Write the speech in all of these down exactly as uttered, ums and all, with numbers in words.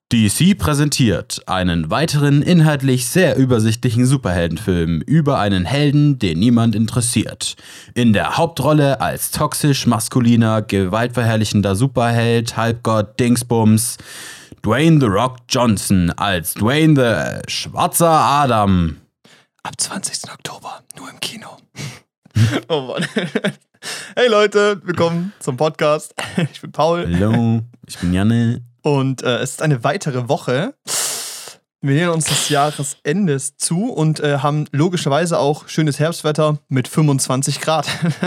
D C präsentiert einen weiteren inhaltlich sehr übersichtlichen Superheldenfilm über einen Helden, den niemand interessiert. In der Hauptrolle als toxisch maskuliner, gewaltverherrlichender Superheld, Halbgott, Dingsbums, Dwayne The Rock Johnson als Dwayne The Schwarzer Adam. Ab zwanzigsten Oktober, nur im Kino. Oh Mann. Hey Leute, willkommen zum Podcast. Ich bin Paul. Hallo, ich bin Janne. Und äh, es ist eine weitere Woche. Wir nähern uns des Jahresendes zu und äh, haben logischerweise auch schönes Herbstwetter mit fünfundzwanzig Grad.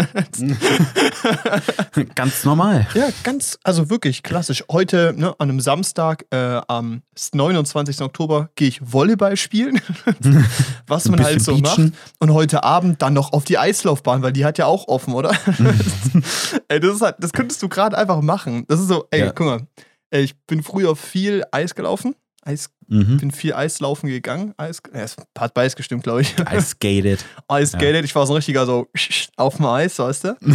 Ganz normal. Ja, ganz, also wirklich klassisch. Heute, ne, an einem Samstag, äh, am neunundzwanzigsten Oktober, gehe ich Volleyball spielen. Was man halt so beachen. macht. Und heute Abend dann noch auf die Eislaufbahn, weil die hat ja auch offen, oder? Ey, das ist halt, das könntest du gerade einfach machen. Das ist so, ey, Ja. guck mal. Ich bin früher viel Eis gelaufen. Eis, Mhm. bin viel Eislaufen gegangen. Eis, ja, es hat beides gestimmt, glaube ich. I skated. Eis skated. Ich war so ein richtiger so auf dem Eis, weißt du?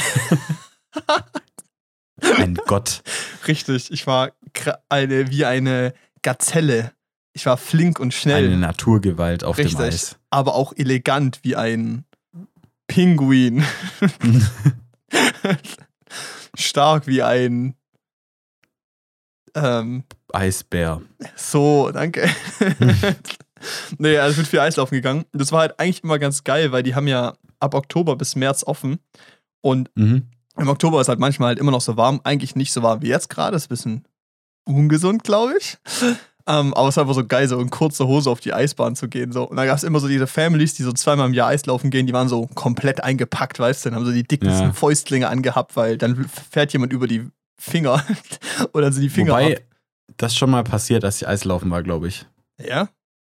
Ein Gott. Richtig. Ich war eine, wie eine Gazelle. Ich war flink und schnell. Eine Naturgewalt auf Richtig. dem Eis. Aber auch elegant wie ein Pinguin. Stark wie ein ähm, Eisbär. So, danke. Nee, also ich bin viel Eislaufen gegangen. Das war halt eigentlich immer ganz geil, weil die haben ja ab Oktober bis März offen. Und Mhm. im Oktober ist halt manchmal halt immer noch so warm. Eigentlich nicht so warm wie jetzt gerade. Ist ein bisschen ungesund, glaube ich. Ähm, aber es war einfach so geil, so in kurzer Hose auf die Eisbahn zu gehen. So. Und da gab es immer so diese Families, die so zweimal im Jahr Eislaufen gehen, die waren so komplett eingepackt, weißt du? Dann haben so die dickesten Ja. Fäustlinge angehabt, weil dann fährt jemand über die Finger. Und dann sind die Finger Wobei, ab. das schon mal passiert, als ich Eislaufen war, glaube ich. Ja?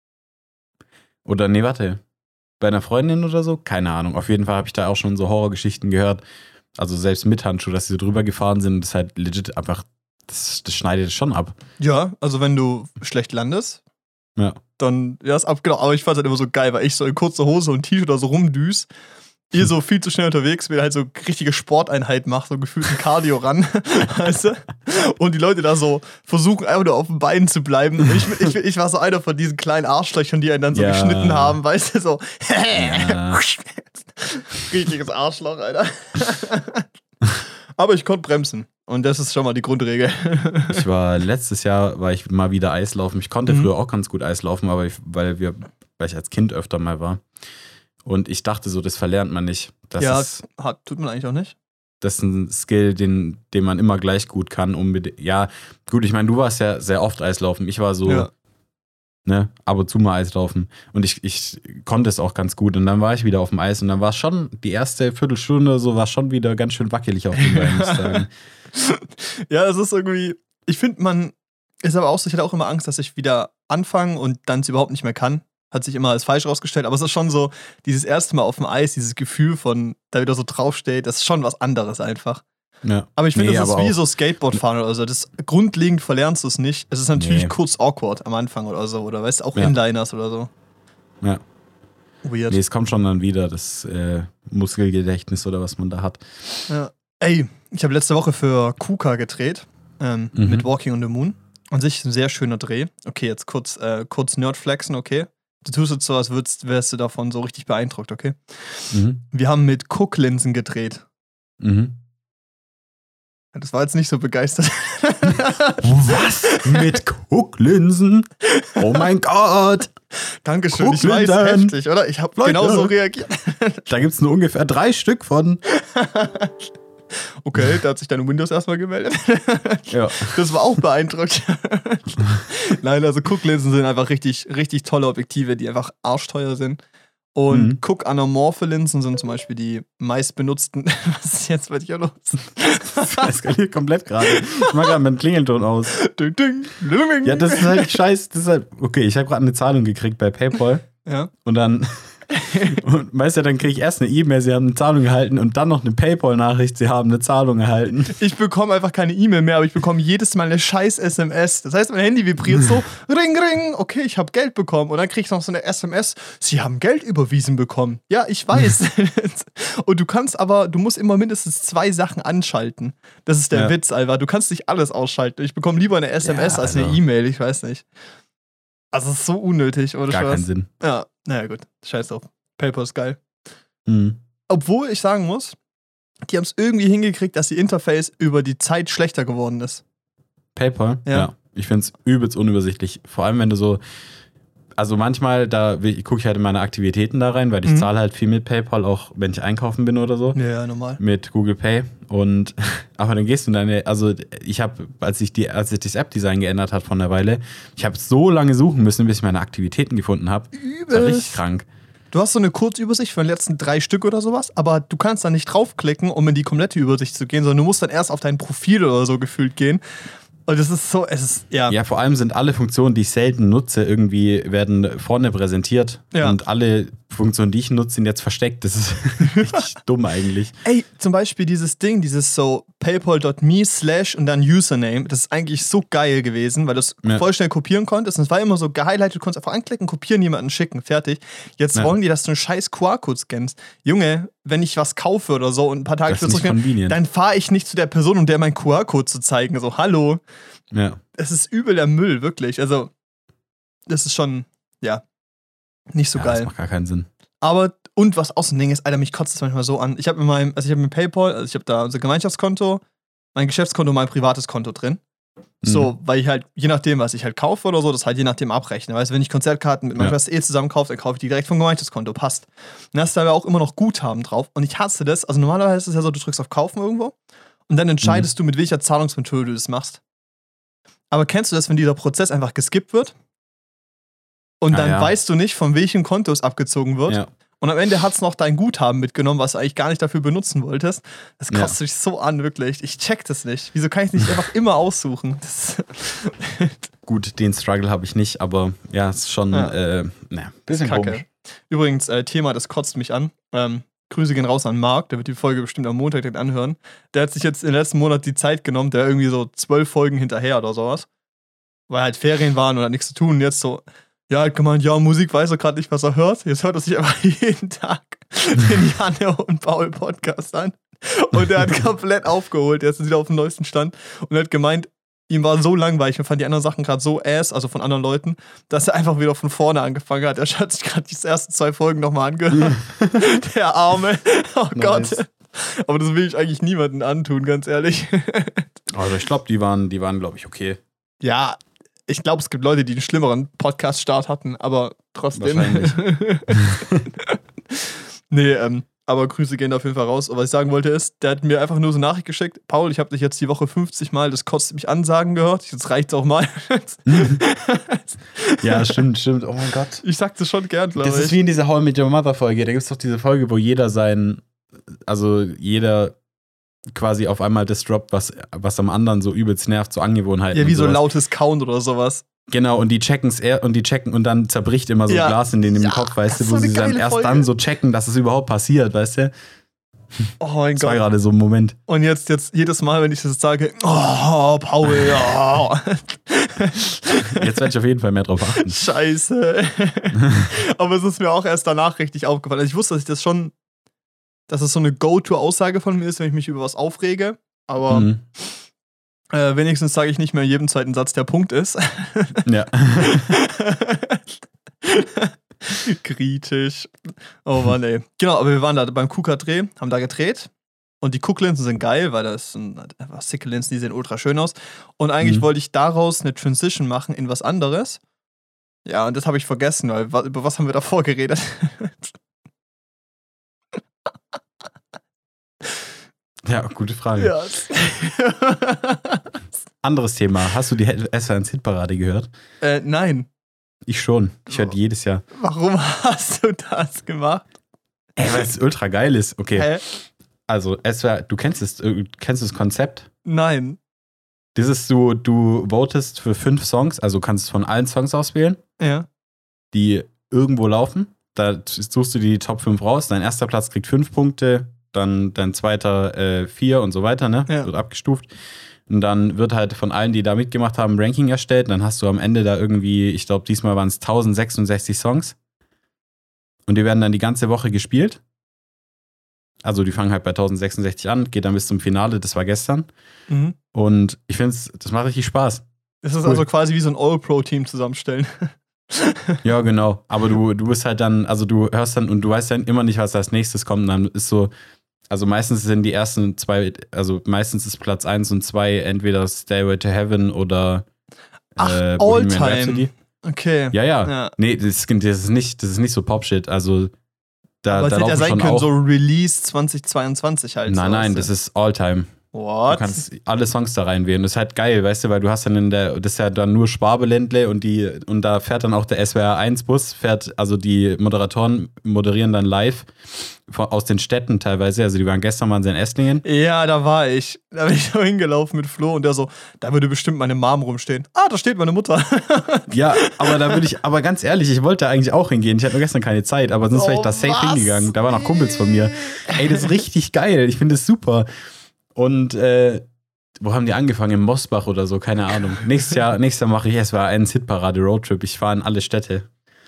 Oder, nee, warte. Bei einer Freundin oder so? Keine Ahnung. Auf jeden Fall habe ich da auch schon so Horrorgeschichten gehört. Also selbst mit Handschuh, dass sie so drüber gefahren sind. Das ist halt legit einfach, das, das schneidet schon ab. Ja, also wenn du schlecht landest, Ja. dann, ja, ist ab, genau. Aber ich fand es halt immer so geil, weil ich so in kurzer Hose und T-Shirt da so rumdüs, ihr so viel zu schnell unterwegs bin, halt so richtige Sporteinheit macht, so gefühlt ein Cardio ran, weißt du? Und die Leute da so versuchen, einfach nur auf den Beinen zu bleiben. Und ich, ich, ich war so einer von diesen kleinen Arschlöchern, die einen dann so Ja. geschnitten haben, weißt du, so. Ja. Richtiges Arschloch, Alter. Aber ich konnte bremsen. Und das ist schon mal die Grundregel. Ich war, letztes Jahr war ich mal wieder Eislaufen. Ich konnte Mhm. früher auch ganz gut Eislaufen, aber ich, weil wir, weil ich als Kind öfter mal war. Und ich dachte so, das verlernt man nicht. Das, ja, ist, hat, tut man eigentlich auch nicht. das ist ein Skill, den, den man immer gleich gut kann. Unbedingt. Ja, gut, ich meine, du warst ja sehr oft Eislaufen. Ich war so, Ja. ne, ab und zu mal Eislaufen. Und ich, ich konnte es auch ganz gut. Und dann war ich wieder auf dem Eis und dann war es schon, die erste Viertelstunde so, war schon wieder ganz schön wackelig auf den Beinen, muss ich sagen. Ja, das ist irgendwie, ich finde, man ist aber auch so, ich hatte auch immer Angst, dass ich wieder anfange und dann es überhaupt nicht mehr kann. Hat sich immer als falsch rausgestellt, aber es ist schon so, dieses erste Mal auf dem Eis, dieses Gefühl von, da wieder so draufsteht, das ist schon was anderes einfach. Ja. Aber ich finde, Nee, das ist aber wie auch- so Skateboardfahren oder so. Das grundlegend verlernst du es nicht. Es ist natürlich Nee. kurz awkward am Anfang oder so, oder weißt du, auch Ja. Inliners oder so. Ja. Weird. Nee, es kommt schon dann wieder, das äh, Muskelgedächtnis oder was man da hat. Ja. Ey, ich habe letzte Woche für KUKA gedreht, ähm, Mhm. mit Walking on the Moon. An sich ein sehr schöner Dreh. Okay, jetzt kurz, äh, kurz Nerdflexen, okay? Du tust jetzt so, als würdest, wärst du davon so richtig beeindruckt, okay? Mhm. Wir haben mit Cook-Linsen gedreht. Mhm. Das war jetzt nicht so begeistert. Was? Mit Gucklinsen? Oh mein Gott! Dankeschön, ich weiß, Cook-Linsen. heftig, oder? Ich habe Leute. genauso reagiert. Da gibt es nur ungefähr drei Stück von. Okay, da hat sich dein Windows erstmal gemeldet. Ja. Das war auch beeindruckt. Nein, also Cook-Linsen sind einfach richtig, richtig tolle Objektive, die einfach arschteuer sind. Und Mhm. Cook-anamorphe-Linsen sind zum Beispiel die meistbenutzten. Was ist jetzt bei dir los? Das eskaliert komplett gerade. Ich mach gerade meinen Klingelton aus. Ding, ding, ding. Ja, das ist halt scheiße. Das ist halt, okay, ich habe gerade eine Zahlung gekriegt bei PayPal Ja. und dann Und weißt du, dann kriege ich erst eine E-Mail, sie haben eine Zahlung erhalten und dann noch eine PayPal-Nachricht, sie haben eine Zahlung erhalten. Ich bekomme einfach keine E-Mail mehr, aber ich bekomme jedes Mal eine scheiß S M S. Das heißt, mein Handy vibriert so, ring, ring, okay, ich habe Geld bekommen. Und dann kriege ich noch so eine S M S, sie haben Geld überwiesen bekommen. Ja, ich weiß. Und du kannst aber, du musst immer mindestens zwei Sachen anschalten. Das ist der Ja. Witz, Alter. Du kannst nicht alles ausschalten. Ich bekomme lieber eine S M S Ja, als eine also. E-Mail, ich weiß nicht. Also, es ist so unnötig, oder? Gar Spaß. keinen Sinn. Ja, naja, gut. Scheiß drauf. PayPal ist geil. Mhm. Obwohl ich sagen muss, die haben es irgendwie hingekriegt, dass die Interface über die Zeit schlechter geworden ist. PayPal? Ja. Ich finde es übelst unübersichtlich. Vor allem, wenn du so. Also manchmal, da gucke ich halt in meine Aktivitäten da rein, weil ich Mhm. zahle halt viel mit PayPal, auch wenn ich einkaufen bin oder so. Ja, ja, normal. Mit Google Pay. Und aber dann gehst du in deine, also ich habe, als ich die, als sich das App-Design geändert hat von der Weile, ich habe so lange suchen müssen, bis ich meine Aktivitäten gefunden habe. Das war richtig krank. Du hast so eine Kurzübersicht von den letzten drei Stück oder sowas, aber du kannst da nicht draufklicken, um in die komplette Übersicht zu gehen, sondern du musst dann erst auf dein Profil oder so gefühlt gehen. Und das ist so, es ist, ja. Ja, vor allem sind alle Funktionen, die ich selten nutze, irgendwie werden vorne präsentiert. Ja. Und alle Funktionen, die ich nutze, sind jetzt versteckt. Das ist richtig dumm eigentlich. Ey, zum Beispiel dieses Ding, dieses so paypal.me slash und dann Username, das ist eigentlich so geil gewesen, weil du es Ja. voll schnell kopieren konntest. Und es war immer so gehighlightet, du konntest einfach anklicken, kopieren, jemanden schicken, fertig. Jetzt Ja. wollen die, dass du einen scheiß Q R-Code scannst. Junge, wenn ich was kaufe oder so und ein paar Tage Das ist später nicht zurück, convenient. dann fahre ich nicht zu der Person, um der meinen Q R-Code zu zeigen. So, hallo. Ja. Es ist übel der Müll, wirklich. Also, das ist schon, ja, nicht so ja, das geil. macht gar keinen Sinn. Aber, und was auch so ein Ding ist, Alter, mich kotzt das manchmal so an. Ich habe in meinem, also ich habe mit PayPal, also ich habe da unser Gemeinschaftskonto, mein Geschäftskonto und mein privates Konto drin. So, weil ich halt, je nachdem, was ich halt kaufe oder so, das halt je nachdem abrechne. Weißt du, wenn ich Konzertkarten mit meiner Ja. Schwester eh zusammen kaufe, dann kaufe ich die direkt vom Gemeinschaftskonto, passt. Und da ist da aber auch immer noch Guthaben drauf. Und ich hasse das. Also normalerweise ist es ja so, du drückst auf Kaufen irgendwo und dann entscheidest du, mit welcher Zahlungsmethode du das machst. Aber kennst du das, wenn dieser Prozess einfach geskippt wird? Und Ah, dann ja. weißt du nicht, von welchem Konto es abgezogen wird. Ja. Und am Ende hat es noch dein Guthaben mitgenommen, was du eigentlich gar nicht dafür benutzen wolltest. Das Ja. kostet mich so an, wirklich. Ich check das nicht. Wieso kann ich es nicht einfach immer aussuchen? Das Gut, den Struggle habe ich nicht, aber ja, es ist schon Ja. äh, naja, bisschen Kacke. komisch. Übrigens, äh, Thema, das kotzt mich an. Ähm, Grüße gehen raus an Marc, der wird die Folge bestimmt am Montag direkt anhören. Der hat sich jetzt im letzten Monat die Zeit genommen, der irgendwie so zwölf Folgen hinterher oder sowas. Weil halt Ferien waren und hat nichts zu tun. Und jetzt so, ja, halt gemeint, ja, Musik weiß er gerade nicht, was er hört. Jetzt hört er sich aber jeden Tag den Janne und Paul Podcast an. Und der hat komplett aufgeholt. Der ist wieder auf dem neuesten Stand. Und er hat gemeint, ihm war so langweilig und fand die anderen Sachen gerade so ass, also von anderen Leuten, dass er einfach wieder von vorne angefangen hat. Er hat sich gerade die ersten zwei Folgen nochmal angehört. Der Arme. Oh Nice. Gott. Aber das will ich eigentlich niemandem antun, ganz ehrlich. Also ich glaube, die waren, die waren, glaube ich, okay. Ja, ich glaube, es gibt Leute, die einen schlimmeren Podcast-Start hatten, aber trotzdem. Wahrscheinlich. Nee, ähm, aber Grüße gehen auf jeden Fall raus. Und was ich sagen wollte ist, der hat mir einfach nur so eine Nachricht geschickt. Paul, ich habe dich jetzt die Woche fünfzig Mal das kostet mich ansagen gehört. Jetzt reicht's auch mal. Ja, stimmt, stimmt. Oh mein Gott. Ich sag das schon gern, glaube Das ich. ist wie in dieser How I Met Your Mother Folge. Da gibt es doch diese Folge, wo jeder sein, also jeder quasi auf einmal das droppt, was, was am anderen so übelst nervt, so Angewohnheiten. Ja, wie und so sowas. lautes Count oder sowas. Genau, und die checken's er und die checken und dann zerbricht immer so Ja. ein Glas in den im Ja, Kopf, weißt das du, wo ist so sie eine dann geile erst Folge. dann so checken, dass es überhaupt passiert, weißt du? Oh mein Das war Gott. gerade so ein Moment. Und jetzt, jetzt jedes Mal, wenn ich das sage, oh, Paul, ja. Jetzt werde ich auf jeden Fall mehr drauf achten. Scheiße. Aber es ist mir auch erst danach richtig aufgefallen. Also ich wusste, dass ich das schon, dass es so eine Go-To-Aussage von mir ist, wenn ich mich über was aufrege. Aber Mhm. äh, wenigstens sage ich nicht mehr jedem zweiten Satz, der Punkt ist. Ja. Kritisch. Oh Mann, ey. Genau, aber wir waren da beim KUKA-Dreh, haben da gedreht. Und die Cook-Linsen sind geil, weil das sind einfach sicke Linsen, die sehen ultra schön aus. Und eigentlich Mhm. wollte ich daraus eine Transition machen in was anderes. Ja, und das habe ich vergessen, weil wa- über was haben wir davor geredet? Ja, gute Frage. Ja. Anderes Thema. Hast du die S eins Hitparade gehört? äh, nein. Ich schon. Ich höre die jedes Jahr. Warum hast du das gemacht? Ey, weil es ultra geil ist. Okay. Hä? Also, S W R, du kennst das, äh, kennst das Konzept? Nein. Das ist so, du votest für fünf Songs, also kannst von allen Songs auswählen, Ja. die irgendwo laufen. da suchst du die Top fünf raus. Dein erster Platz kriegt fünf Punkte, dann dein zweiter äh, vier und so weiter, ne? Ja. Wird abgestuft. Und dann wird halt von allen, die da mitgemacht haben, ein Ranking erstellt. Dann hast du am Ende da irgendwie, ich glaube, diesmal waren es tausendsechsundsechzig Songs. Und die werden dann die ganze Woche gespielt. Also die fangen halt bei tausendsechsundsechzig an, geht dann bis zum Finale, das war gestern. Mhm. Und ich finde, das macht richtig Spaß. Das ist Cool. also quasi wie so ein All-Pro-Team zusammenstellen. Ja, genau. Aber du, du bist halt dann, also du hörst dann und du weißt dann immer nicht, was als nächstes kommt. Und dann ist so, also meistens sind die ersten zwei, also meistens ist Platz eins und zwei entweder Stairway to Heaven oder Ach, äh, Bohemian All-Time. Rhapsody. Okay. Ja, ja. Ja. Nee, das ist, das ist nicht, das ist nicht so Pop-Shit. Also da, Aber es da hätte ja laufen sein schon können, auch. so Release zwanzig zweiundzwanzig halt. Nein, so, nein, weißt das du. ist All-Time. What? Du kannst alle Songs da reinwählen. Das ist halt geil, weißt du, weil du hast dann in der, das ist ja dann nur Schwabeländle und die, und da fährt dann auch der S W R eins Bus, fährt, also die Moderatoren moderieren dann live von, aus den Städten teilweise. Also die waren gestern mal in Esslingen. Ja, da war ich. Da bin ich so hingelaufen mit Flo und der so, da würde bestimmt meine Mom rumstehen. Ah, da steht meine Mutter. Ja, aber da würde ich, aber ganz ehrlich, ich wollte da eigentlich auch hingehen. Ich hatte nur gestern keine Zeit, aber sonst wäre ich Oh, da safe was? hingegangen. Da waren noch Kumpels von mir. Ey, das ist richtig geil. Ich finde das super. Und äh, wo haben die angefangen? Im Mosbach oder so, keine Ahnung. Nächstes Jahr, nächstes Jahr mache ich erst mal einen Hitparade Roadtrip. Ich fahre in alle Städte,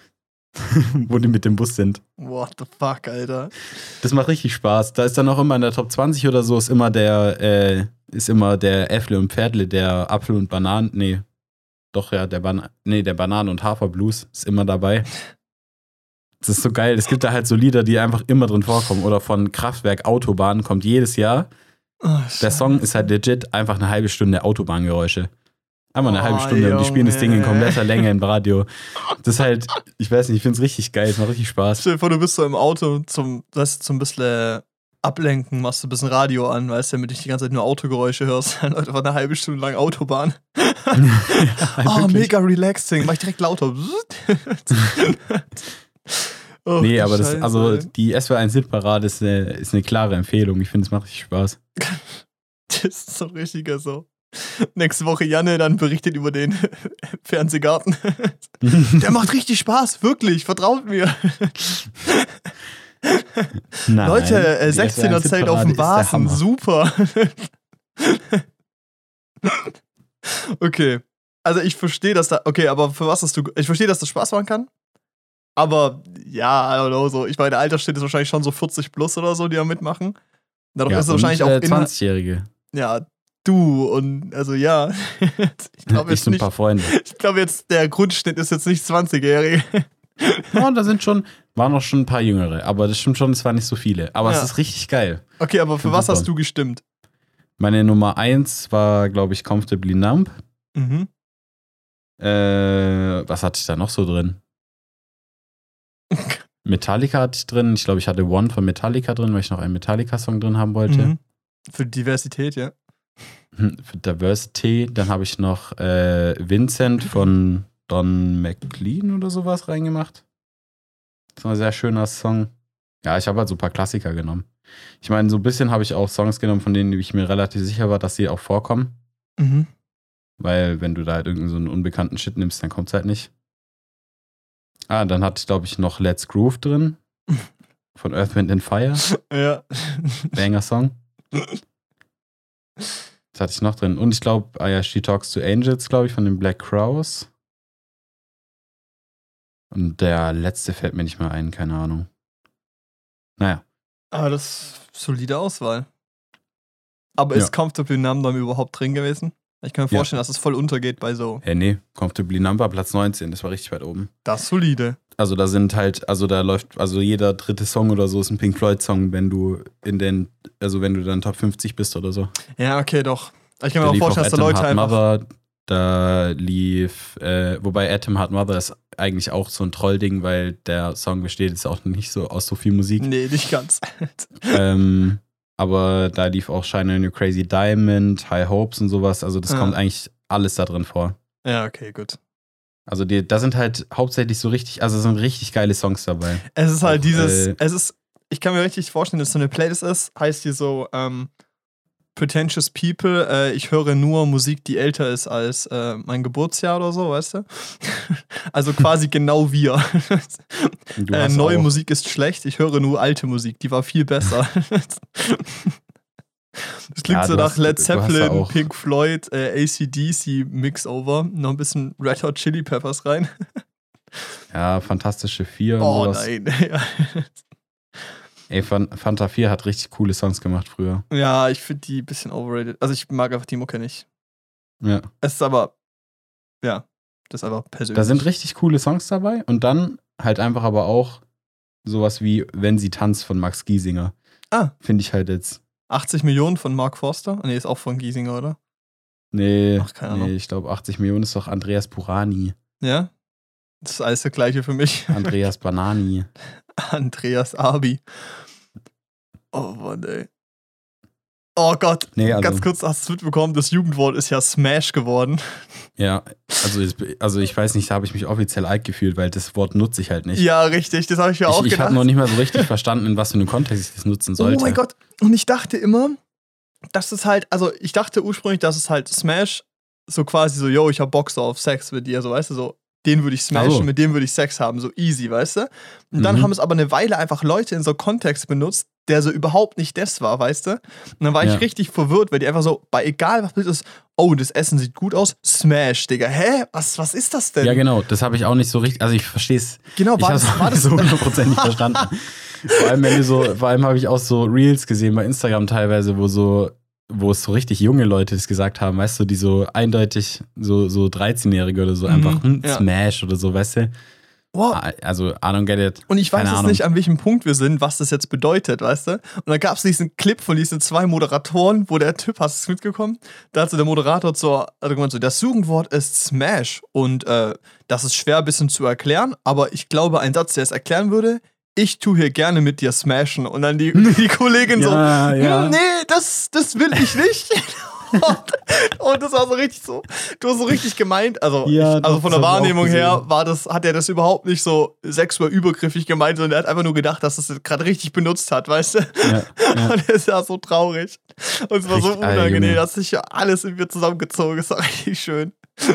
wo die mit dem Bus sind. What the fuck, Alter. Das macht richtig Spaß. Da ist dann auch immer in der Top zwanzig oder so, ist immer der, äh, ist immer der Äffle und Pferdle, der Apfel und Bananen, nee, doch, ja, der Ban nee, der Bananen- und Haferblues ist immer dabei. Das ist so geil. Es gibt da halt so Lieder, die einfach immer drin vorkommen. Oder von Kraftwerk Autobahn kommt jedes Jahr. Oh, Der Song ist halt legit einfach eine halbe Stunde Autobahngeräusche. Einfach eine Oh, halbe Stunde und die spielen das Ding in Junge. kompletter Länge im Radio. Das ist halt, ich weiß nicht, ich finde es richtig geil, es macht richtig Spaß. Stell dir vor, du bist so im Auto zum, weißt du, zum bisschen ablenken, machst du ein bisschen Radio an, weißt du, damit ich die ganze Zeit nur Autogeräusche hörst. Dann Leute, war eine halbe Stunde lang Autobahn. Oh, Wirklich. mega relaxing. Mach ich direkt lauter. Oh, Nee, du aber das, Scheiße, also ey. die S W R eins Hitparade ist eine, ist eine klare Empfehlung. Ich finde, es macht richtig Spaß. Das ist so ein richtiger so. Nächste Woche Janne dann berichtet über den Fernsehgarten. Der macht richtig Spaß, wirklich, vertraut mir. Nein, Leute, äh, die S W R sechzehner eins Zelt auf Hitparade dem ist der Vasen, Hammer. super. Okay, also ich verstehe, dass da, okay, aber für was hast du, ich verstehe, dass das Spaß machen kann, aber ja, I don't know, so, ich meine, der Altersschnitt ist wahrscheinlich schon so vierzig plus oder so, die da mitmachen. Dadurch Ja, ist es und, wahrscheinlich äh, auch Inhalt- zwanzigjährige. Ja, du und also ja. Ich glaube Ich jetzt so ein nicht. paar Freunde. Ich glaube jetzt, der Grundschnitt ist jetzt nicht zwanzigjährige. Ja, da sind schon, waren noch schon ein paar Jüngere, aber das stimmt schon, es waren nicht so viele. Aber Ja. es ist richtig geil. Okay, aber für Ja, was super. hast du gestimmt? Meine Nummer eins war, glaube ich, Comfortably Numb. Mhm. Äh, was hatte ich da noch so drin? Metallica hatte ich drin. Ich glaube, ich hatte One von Metallica drin, weil ich noch einen Metallica-Song drin haben wollte. Mhm. Für Diversität, ja. Hm, Für Diversity. Dann habe ich noch äh, Vincent von Don McLean oder sowas reingemacht. Das war ein sehr schöner Song. Ja, ich habe halt so ein paar Klassiker genommen. Ich meine, so ein bisschen habe ich auch Songs genommen, von denen ich mir relativ sicher war, dass sie auch vorkommen. Mhm. Weil wenn du da halt irgendeinen so einen unbekannten Shit nimmst, dann kommt's halt nicht. Ah, dann hatte ich, glaube ich, noch Let's Groove drin. Von Earth, Wind and Fire. Ja. Banger-Song. Das hatte ich noch drin. Und ich glaube, ah ja, She Talks to Angels, glaube ich, von den Black Crowes. Und der letzte fällt mir nicht mehr ein, keine Ahnung. Naja. Aber das ist solide Auswahl. Aber Ja. ist Comfortably Numb dann überhaupt drin gewesen? Ich kann mir Ja. vorstellen, dass es voll untergeht bei so. Hey, nee, Comfortably Number, Platz neunzehn, das war richtig weit oben. Das ist solide. Also da sind halt, also da läuft, also jeder dritte Song oder so ist ein Pink Floyd-Song, wenn du in den, also wenn du dann Top fünfzig bist oder so. Ja, okay, doch. Ich kann Da mir auch lief vorstellen, auch dass da Leute Atom Heart einfach. Mother, da lief, äh, wobei Atom Heart Mother ist eigentlich auch so ein Trollding, weil der Song besteht jetzt auch nicht so aus so viel Musik. Nee, nicht ganz. ähm, aber da lief auch Shine on Your Crazy Diamond, High Hopes und sowas, also das Ja. kommt eigentlich alles da drin vor. Ja, okay, gut. Also die, da sind halt hauptsächlich so richtig, also sind richtig geile Songs dabei. Es ist halt Auch, dieses, äh, es ist, ich kann mir richtig vorstellen, dass so eine Playlist ist, heißt hier so, ähm, Pretentious People, äh, ich höre nur Musik, die älter ist als äh, mein Geburtsjahr oder so, weißt du? Also quasi genau wir. äh, neue auch. Musik ist schlecht, ich höre nur alte Musik, die war viel besser. Das klingt ja, so nach hast, Led Zeppelin, Pink Floyd, äh, A C D C Mixover, noch ein bisschen Red Hot Chili Peppers rein. Ja, Fantastische Vier und oh, sowas. Nein, ja. Ey, Fanta vier hat richtig coole Songs gemacht früher. Ja, ich finde die ein bisschen overrated. Also ich mag einfach die Mucke nicht. Ja. Es ist aber, ja, das ist einfach persönlich. Da sind richtig coole Songs dabei und dann halt einfach aber auch sowas wie Wenn sie tanzt von Max Giesinger. Ah. Finde ich halt jetzt. achtzig Millionen von Mark Forster? Nee, ist auch von Giesinger, oder? Nee, Ach, keine Ahnung. nee ich glaube achtzig Millionen ist doch Andreas Burani. Ja? Das ist alles das Gleiche für mich. Andreas Banani. Andreas Abi. Oh Mann, ey. Oh Gott, nee, also, ganz kurz, hast du es mitbekommen, das Jugendwort ist ja Smash geworden. Ja, also, also ich weiß nicht, da habe ich mich offiziell alt gefühlt, weil das Wort nutze ich halt nicht. Ja, richtig, das habe ich mir ich, auch ich gedacht. Ich habe noch nicht mal so richtig verstanden, in was für einem Kontext ich das nutzen sollte. Oh mein Gott, und ich dachte immer, dass es halt, also ich dachte ursprünglich, dass es halt Smash so quasi so, yo, ich hab Bock so auf Sex mit dir, so weißt du, so. Den würde ich smashen, oh. mit dem würde ich Sex haben, so easy, weißt du? Und dann mhm. haben es aber eine Weile einfach Leute in so Kontext benutzt, der so überhaupt nicht das war, weißt du? Und dann war ja. ich richtig verwirrt, weil die einfach so, bei egal was ist, oh, das Essen sieht gut aus, Smash, Digga. Hä? Was, was ist das denn? Ja, genau, das habe ich auch nicht so richtig, also ich verstehe es. Genau, war ich das, war das so hundertprozentig verstanden. Vor allem, wenn du so, vor allem habe ich auch so Reels gesehen bei Instagram teilweise, wo so wo es so richtig junge Leute das gesagt haben, weißt du, die so eindeutig so, so dreizehnjährige oder so, einfach mhm, hm, ja. Smash oder so, weißt du? Wow. Also, I don't get it. Und ich weiß Keine jetzt Ahnung. nicht, an welchem Punkt wir sind, was das jetzt bedeutet, weißt du? Und dann gab es diesen Clip von diesen zwei Moderatoren, wo der Typ, hast du es mitgekommen? Da hat so der Moderator so, also gemeint so, das Jugendwort ist Smash und äh, das ist schwer ein bisschen zu erklären, aber ich glaube, ein Satz, der es erklären würde, ich tu hier gerne mit dir smashen. Und dann die, die Kollegin ja, so, ja. nee, das, das will ich nicht. und, und das war so richtig so, du hast so richtig gemeint, also, ja, ich, also von der Wahrnehmung her war das, hat er das überhaupt nicht so sexuell übergriffig gemeint, sondern er hat einfach nur gedacht, dass er es gerade richtig benutzt hat, weißt du? Ja, ja. Und er ist ja so traurig. Und es war Richtig, so unangenehm, Junge. dass sich ja alles in mir zusammengezogen ist. Das war richtig schön.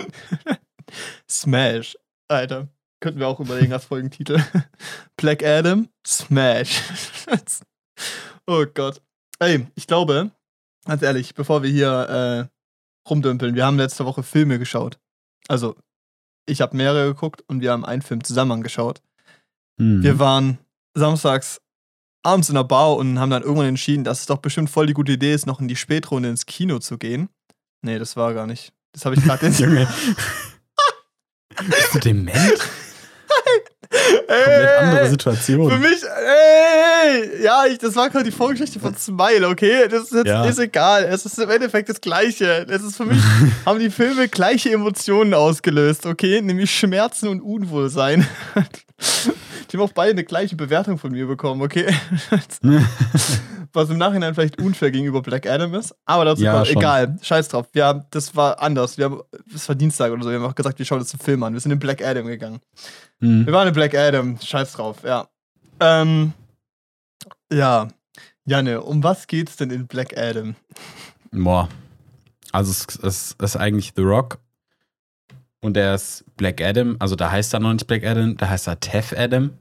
Smash, Alter. Könnten wir auch überlegen als Folgentitel. Black Adam, Smash. Oh Gott. Ey, ich glaube, ganz ehrlich, bevor wir hier äh, rumdümpeln, wir haben letzte Woche Filme geschaut. Also, ich habe mehrere geguckt und wir haben einen Film zusammen angeschaut. Hm. Wir waren samstags abends in der Bar und haben dann irgendwann entschieden, dass es doch bestimmt voll die gute Idee ist, noch in die Spätrunde ins Kino zu gehen. Nee, das war gar nicht. Das habe ich gerade jetzt. Junge. Bist du dement? Ey, komplett andere Situation. Für mich, ey, ja, ich, das war gerade die Vorgeschichte von Smile, okay? Das ist jetzt ja. ist egal. Es ist im Endeffekt das Gleiche. Es ist für mich, haben die Filme gleiche Emotionen ausgelöst, okay? Nämlich Schmerzen und Unwohlsein. Die haben auch beide eine gleiche Bewertung von mir bekommen, okay? Was im Nachhinein vielleicht unfair gegenüber Black Adam ist, aber dazu ja, war egal. Scheiß drauf. Wir haben, das war anders. Wir haben, das war Dienstag oder so. Wir haben auch gesagt, wir schauen uns einen Film an. Wir sind in Black Adam gegangen. Hm. Wir waren in Black Adam. Scheiß drauf, ja. Ähm, ja. Janne, um was geht's denn in Black Adam? Boah. Also es, es ist eigentlich The Rock. Und der ist Black Adam, also da heißt er noch nicht Black Adam, da heißt er Tef Adam.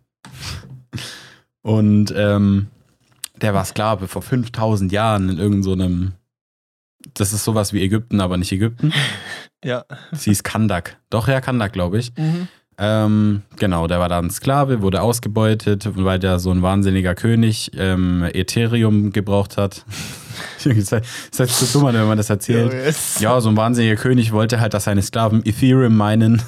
Und ähm, der war Sklave vor fünftausend Jahren in irgend so einem, das ist sowas wie Ägypten, aber nicht Ägypten. Ja. Das hieß Kandak. Doch, ja, Kandak, glaube ich. Mhm. Ähm, genau, der war dann Sklave, wurde ausgebeutet, weil der so ein wahnsinniger König ähm, Ethereum gebraucht hat. Das ist so dumm, wenn man das erzählt. Ja, yes. Ja, so ein wahnsinniger König wollte halt, dass seine Sklaven Ethereum meinen.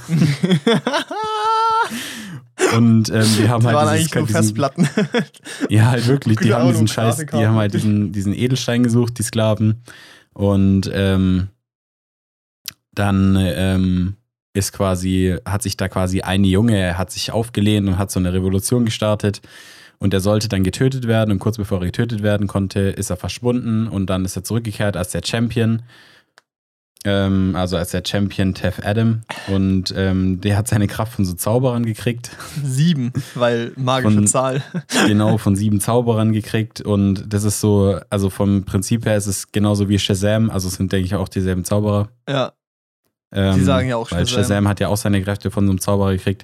Und ähm, die haben die halt waren dieses, eigentlich nur diesen, Festplatten. Ja, halt wirklich, die haben diesen Scheiß, die Grafikkarten. haben halt diesen, diesen Edelstein gesucht, die Sklaven. Und ähm, dann ähm, ist quasi, hat sich da quasi ein Junge, er hat sich aufgelehnt und hat so eine Revolution gestartet. Und er sollte dann getötet werden. Und kurz bevor er getötet werden konnte, ist er verschwunden. Und dann ist er zurückgekehrt als der Champion. Ähm, also als der Champion Tef Adam. Und ähm, der hat seine Kraft von so Zauberern gekriegt. Sieben, weil magische Von- Zahl. Genau, von sieben Zauberern gekriegt. Und das ist so, also vom Prinzip her ist es genauso wie Shazam. Also es sind, denke ich, auch dieselben Zauberer. Ja, Ähm, die sagen ja auch Weil Shazam. Shazam hat ja auch seine Kräfte von so einem Zauberer gekriegt.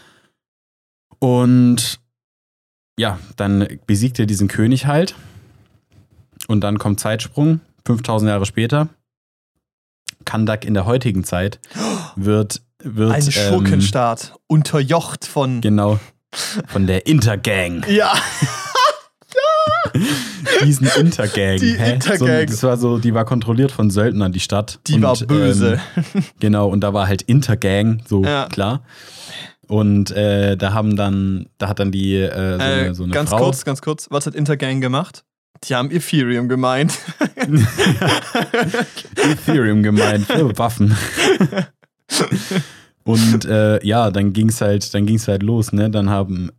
Und ja, dann besiegt er diesen König halt. Und dann kommt Zeitsprung, fünftausend Jahre später. Kandak in der heutigen Zeit wird, wird Ein ähm, Schurkenstaat, unterjocht von. genau, von der Intergang. Ja, Diesen Intergang. Die hä? Intergang. So, das war so, die war kontrolliert von Söldnern, die Stadt. die und, war böse. Ähm, genau, und da war halt Intergang, so Ja. klar. Und äh, da haben dann, da hat dann die äh, so, äh, eine, so eine ganz Frau. kurz, ganz kurz. Was hat Intergang gemacht? Die haben Ethereum gemeint. Ethereum gemeint für Waffen. Und äh, ja, dann ging's halt, dann ging's halt los, ne? Dann haben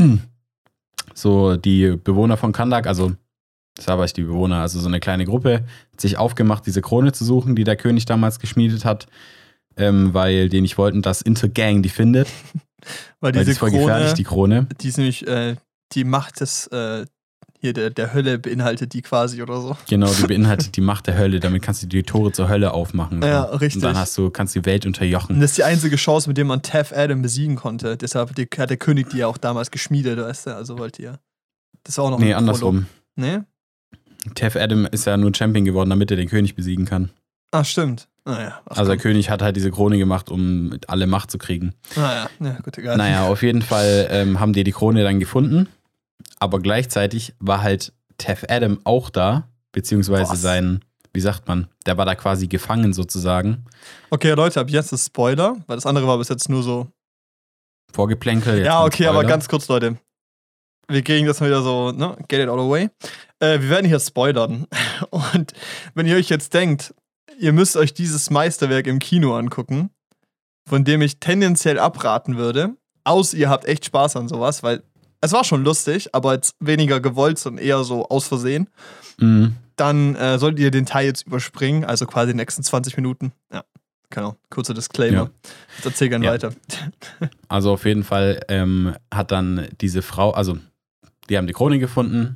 so die Bewohner von Kandak, also das war aber nicht die Bewohner, also so eine kleine Gruppe, hat sich aufgemacht, diese Krone zu suchen, die der König damals geschmiedet hat, ähm, weil die nicht wollten, dass Intergang die findet. Weil Weil die diese ist voll Krone, gefährlich, die Krone. die ist nämlich, äh, die Macht des, äh, hier der, der Hölle beinhaltet die quasi oder so. Genau, die beinhaltet die Macht der Hölle, damit kannst du die Tore zur Hölle aufmachen. Ja, so. richtig. Und dann hast du, kannst die Welt Und unterjochen. das ist die einzige Chance, mit der man Tef Adam besiegen konnte. Deshalb die, hat der König die ja auch damals geschmiedet, weißt du? Also wollte ihr. Das war auch noch Nee, ein andersrum. Prolog. Nee? Tef Adam ist ja nur Champion geworden, damit er den König besiegen kann. Ah, stimmt. Naja. Ach, Also der komm. König hat halt diese Krone gemacht, um alle Macht zu kriegen. Naja, ja, gut, egal. Naja, auf jeden Fall ähm, haben die die Krone dann gefunden. Aber gleichzeitig war halt Tef Adam auch da, beziehungsweise Was? sein, wie sagt man, der war da quasi gefangen sozusagen. Okay, Leute, ab jetzt ist Spoiler, weil das andere war bis jetzt nur so. Vorgeplänkel. jetzt Ja, kommt okay, aber Spoiler. ganz kurz, Leute. Wir kriegen das mal wieder so, ne? Get it out of the way. Äh, wir werden hier spoilern. Und wenn ihr euch jetzt denkt, ihr müsst euch dieses Meisterwerk im Kino angucken, von dem ich tendenziell abraten würde, außer ihr habt echt Spaß an sowas, weil es war schon lustig, aber jetzt weniger gewollt, sondern eher so aus Versehen, Mhm. dann äh, solltet ihr den Teil jetzt überspringen, also quasi die nächsten zwanzig Minuten. Ja, genau. Kurzer Disclaimer. Ja. Jetzt erzähl gern Ja. weiter. Also auf jeden Fall ähm, hat dann diese Frau, also die haben die Krone gefunden,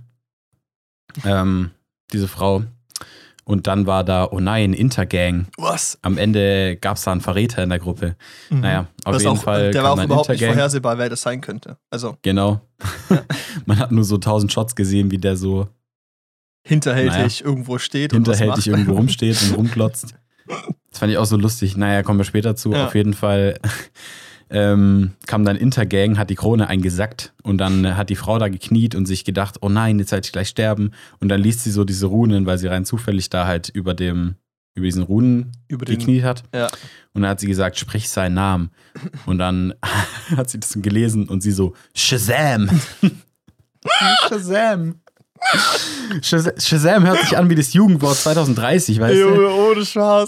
ähm, diese Frau. Und dann war da, oh nein, Intergang. Was? Am Ende gab es da einen Verräter in der Gruppe. Mhm. Naja, auf Das jeden auch, Fall der kam war auch dann überhaupt nicht Intergang. vorhersehbar, wer das sein könnte. Also Genau. Man hat nur so tausend Shots gesehen, wie der so hinterhältig irgendwo steht und hinterhältig was macht. irgendwo rumsteht und rumglotzt. Das fand ich auch so lustig. Naja, kommen wir später zu. Ja. Auf jeden Fall ähm, kam dann Intergang, hat die Krone eingesackt und dann hat die Frau da gekniet und sich gedacht, oh nein, jetzt werde ich gleich sterben. Und dann liest sie so diese Runen, weil sie rein zufällig da halt über dem über diesen Runen Über den, gekniet hat. ja. Und dann hat sie gesagt, sprich seinen Namen. Und dann hat sie das gelesen und sie so, Shazam! Shazam! Shaz- Shazam hört sich an wie das Jugendwort zwanzig dreißig, weißt du? Junge, ohne Spaß.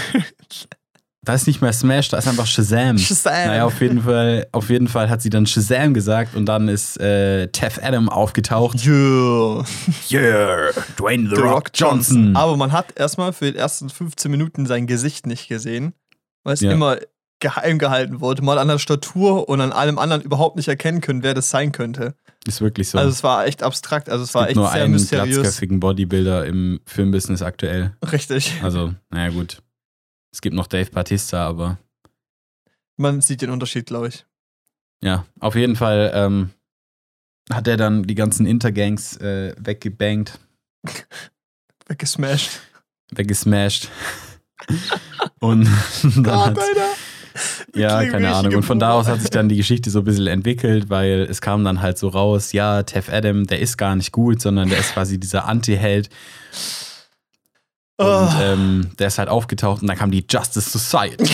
Da ist nicht mehr Smash, da ist einfach Shazam. Shazam. Naja, auf jeden Fall, auf jeden Fall hat sie dann Shazam gesagt und dann ist äh, Tef Adam aufgetaucht. Yeah. Yeah, Dwayne The, The Rock, Johnson. Aber man hat erstmal für die ersten fünfzehn Minuten sein Gesicht nicht gesehen, weil es Ja. immer geheim gehalten wurde. Man an der Statur und an allem anderen überhaupt nicht erkennen können, wer das sein könnte. Ist wirklich so. Also es war echt abstrakt, also es, es war gibt echt nur sehr einen mysteriös. glatzköpfigen Bodybuilder im Filmbusiness aktuell. Richtig. Also, naja gut. Es gibt noch Dave Bautista, aber Man sieht den Unterschied, glaube ich. ja, auf jeden Fall ähm, hat er dann die ganzen Intergangs äh, weggebankt, Weggesmashed. weggesmashed. Und dann hat, Alter. ja, Klingt keine wie Ahnung. richtige Und von da Boomer. aus hat sich dann die Geschichte so ein bisschen entwickelt, weil es kam dann halt so raus, ja, Tef Adam, der ist gar nicht gut, sondern der ist quasi dieser Anti-Held. Und Oh. ähm, der ist halt aufgetaucht und dann kam die Justice Society.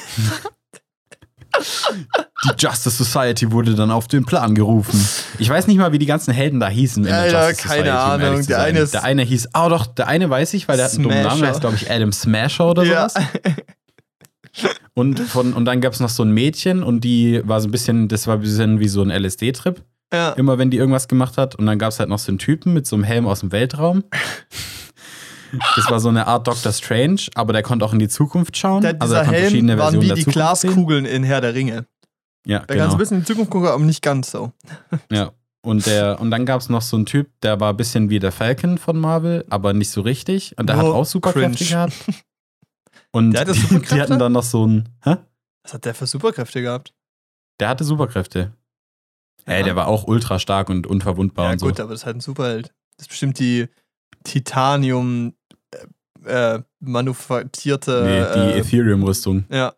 Die Justice Society wurde dann auf den Plan gerufen. Ich weiß nicht mal, wie die ganzen Helden da hießen in der Alter, Justice keine Society, um Ahnung. ehrlich zu Der sein. eine ist- der eine hieß, oh doch, der eine weiß ich, weil der hat einen dummen Namen, der Smasher. heißt, glaube ich, Adam Smasher oder Ja. sowas. Und, von, und dann gab es noch so ein Mädchen und die war so ein bisschen, das war ein bisschen wie so ein L S D-Trip, ja. immer wenn die irgendwas gemacht hat. Und dann gab es halt noch so einen Typen mit so einem Helm aus dem Weltraum. Das war so eine Art Doctor Strange, aber der konnte auch in die Zukunft schauen. Der, also dieser er konnte Helm verschiedene waren Versionen wie der die Zukunft sehen. Glaskugeln in Herr der Ringe. Ja, Da genau. kannst du ein bisschen in die Zukunft gucken, aber nicht ganz so. Ja. Und, der, und dann gab es noch so einen Typ, der war ein bisschen wie der Falcon von Marvel, aber nicht so richtig. Und der Nur hat auch Superkräfte cringe. gehabt. Und Der hatte die, Superkräfte? die hatten dann noch so ein. Hä? Was hat der für Superkräfte gehabt? Der hatte Superkräfte. Ja. Ey, der war auch ultra stark und unverwundbar Ja und gut, so. aber das ist halt ein Superheld. Das ist bestimmt die Titanium äh, äh, manufaktierte. Nee, die äh, Ethereum-Rüstung. Ja,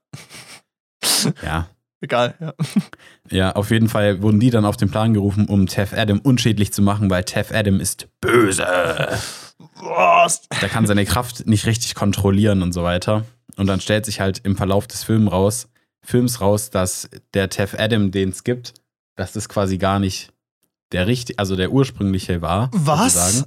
Ja. egal, ja. Ja, auf jeden Fall wurden die dann auf den Plan gerufen, um Tef Adam unschädlich zu machen, weil Tef Adam ist böse. Was? Der kann seine Kraft nicht richtig kontrollieren und so weiter. Und dann stellt sich halt im Verlauf des Films raus, Films raus, dass der Tef Adam, den es gibt, dass das quasi gar nicht der richtig, also der ursprüngliche war. Was? sozusagen.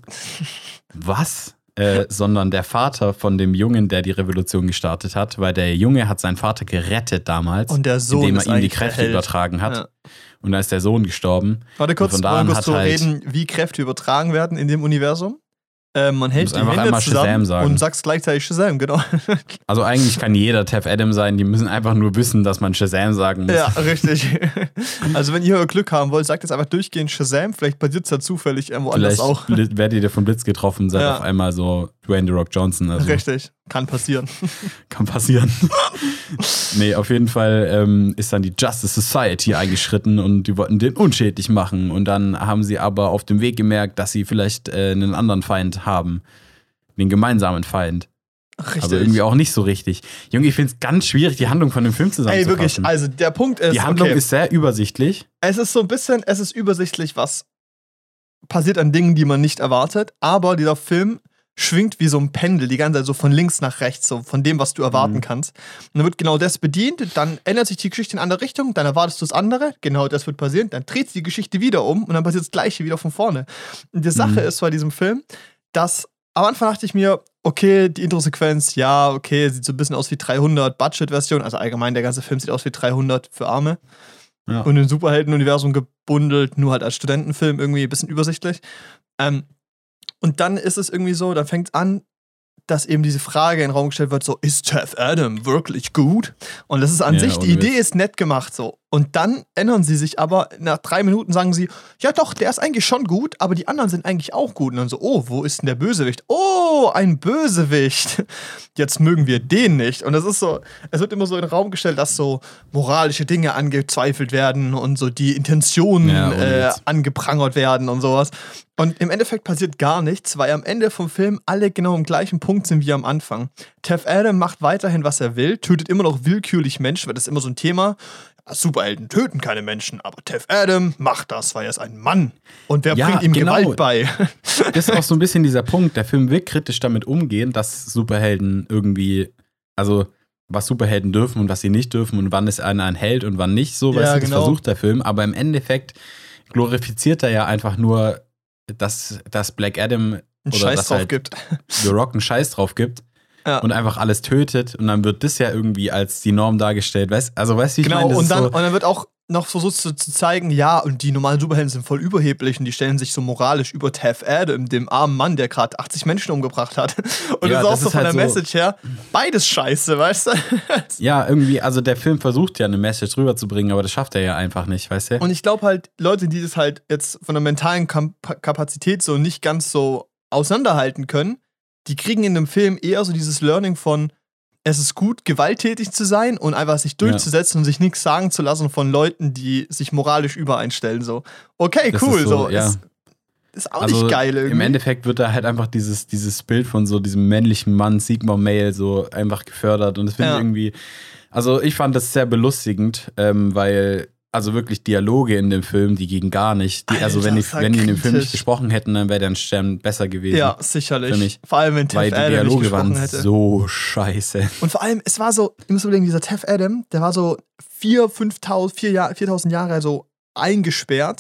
Was? Äh, sondern der Vater von dem Jungen, der die Revolution gestartet hat, weil der Junge hat seinen Vater gerettet damals, Und der Sohn indem ist er ihm die eigentlich der Kräfte Held. übertragen hat. Ja. Und da ist der Sohn gestorben. Warte kurz, Und von da wollen an wir kurz hat so halt- reden, wie Kräfte übertragen werden in dem Universum. Äh, man hält musst die einfach Hände einmal zusammen Shazam sagen. und sagst gleichzeitig Shazam, genau. Also eigentlich kann jeder Tef Adam sein, die müssen einfach nur wissen, dass man Shazam sagen muss. Ja, richtig. Also wenn ihr Glück haben wollt, sagt jetzt einfach durchgehend Shazam, vielleicht passiert es ja zufällig irgendwo anders Vielleicht auch. bli- werdet ihr vom Blitz getroffen, seid Ja. auf einmal so Dwayne The Rock Johnson. Also Richtig, kann passieren. kann passieren. Nee, auf jeden Fall ähm, ist dann die Justice Society eingeschritten und die wollten den unschädlich machen. Und dann haben sie aber auf dem Weg gemerkt, dass sie vielleicht äh, einen anderen Feind haben. Den gemeinsamen Feind. Richtig. Aber irgendwie auch nicht so richtig. Junge, ich finde es ganz schwierig, die Handlung von dem Film Ey, zusammenzufassen. wirklich, also der Punkt ist, die Handlung okay, ist sehr übersichtlich. es ist so ein bisschen, es ist übersichtlich, was passiert an Dingen, die man nicht erwartet, aber dieser Film schwingt wie so ein Pendel die ganze Zeit so von links nach rechts, so von dem, was du erwarten Mhm. kannst. Und dann wird genau das bedient, dann ändert sich die Geschichte in eine andere Richtung, dann erwartest du das andere, genau das wird passieren, dann dreht sich die Geschichte wieder um und dann passiert das Gleiche wieder von vorne. Und die Sache Mhm. ist bei diesem Film, dass am Anfang dachte ich mir, okay, die Intro-Sequenz, ja, okay, sieht so ein bisschen aus wie dreihundert Budget-Version, also allgemein der ganze Film sieht aus wie dreihundert für Arme. Ja. Und im Superhelden-Universum gebundelt, nur halt als Studentenfilm irgendwie ein bisschen übersichtlich. Ähm, und dann ist es irgendwie so, dann fängt es an, dass eben diese Frage in den Raum gestellt wird, so, ist Tef Adam wirklich gut? Und das ist an Ja, sich, die ohne Idee Witz. ist nett gemacht so. Und dann ändern sie sich aber, nach drei Minuten sagen sie, ja doch, der ist eigentlich schon gut, aber die anderen sind eigentlich auch gut. Und dann so, oh, wo ist denn der Bösewicht? Oh, ein Bösewicht. Jetzt mögen wir den nicht. Und das ist so, es wird immer so in den Raum gestellt, dass so moralische Dinge angezweifelt werden und so die Intentionen Ja, ohne äh, Witz. angeprangert werden und sowas. Und im Endeffekt passiert gar nichts, weil am Ende vom Film alle genau am gleichen Punkt sind wie am Anfang. Tef Adam macht weiterhin, was er will, tötet immer noch willkürlich Menschen, weil das ist immer so ein Thema. Superhelden töten keine Menschen, aber Tef Adam macht das, weil er ist ein Mann. Und wer Ja, bringt ihm genau. Gewalt bei? Das ist auch so ein bisschen dieser Punkt. Der Film will kritisch damit umgehen, dass Superhelden irgendwie, also was Superhelden dürfen und was sie nicht dürfen und wann ist einer ein Held und wann nicht. So, Ja, weißt du, das genau. versucht der Film. Aber im Endeffekt glorifiziert er ja einfach nur, dass, dass Black Adam Einen oder Scheiß dass drauf halt gibt. The Rock einen Scheiß drauf gibt Ja. und einfach alles tötet und dann wird das ja irgendwie als die Norm dargestellt. Weißt, also weißt du, wie ich Genau, meine? Das und ist dann, so, und dann wird auch noch versucht zu, zu zeigen, ja, und die normalen Superhelden sind voll überheblich und die stellen sich so moralisch über Tef Adam, dem armen Mann, der gerade achtzig Menschen umgebracht hat. Und Ja, das ist auch das so ist von halt der so- Message her, beides scheiße, weißt du? ja, irgendwie, also der Film versucht ja eine Message rüberzubringen, aber das schafft er ja einfach nicht, weißt du? Und ich glaube halt, Leute, die das halt jetzt von der mentalen Kam Kapazität so nicht ganz so auseinanderhalten können, die kriegen in dem Film eher so dieses Learning von, es ist gut, gewalttätig zu sein und einfach sich durchzusetzen und sich nichts sagen zu lassen von Leuten, die sich moralisch übereinstellen. So, okay, Das cool, ist so. so, ja. Ist, ist auch Also nicht geil irgendwie. im Endeffekt wird da halt einfach dieses, dieses Bild von so diesem männlichen Mann, Sigma Male, so einfach gefördert. Und das finde Ja. ich irgendwie, also ich fand das sehr belustigend, ähm, weil, also wirklich Dialoge in dem Film, die gingen gar nicht. Die, also Alter, wenn die, ist ja wenn die in dem Film nicht kritisch. gesprochen hätten, dann wäre der Stern besser gewesen. Ja, sicherlich. für mich. Vor allem, wenn Weil Tef die Adam nicht Dialoge gesprochen waren hätte. so scheiße. Und vor allem, es war so, ich muss überlegen, dieser Tef Adam, der war so vier, fünftausend, vier Jahr, viertausend Jahre so eingesperrt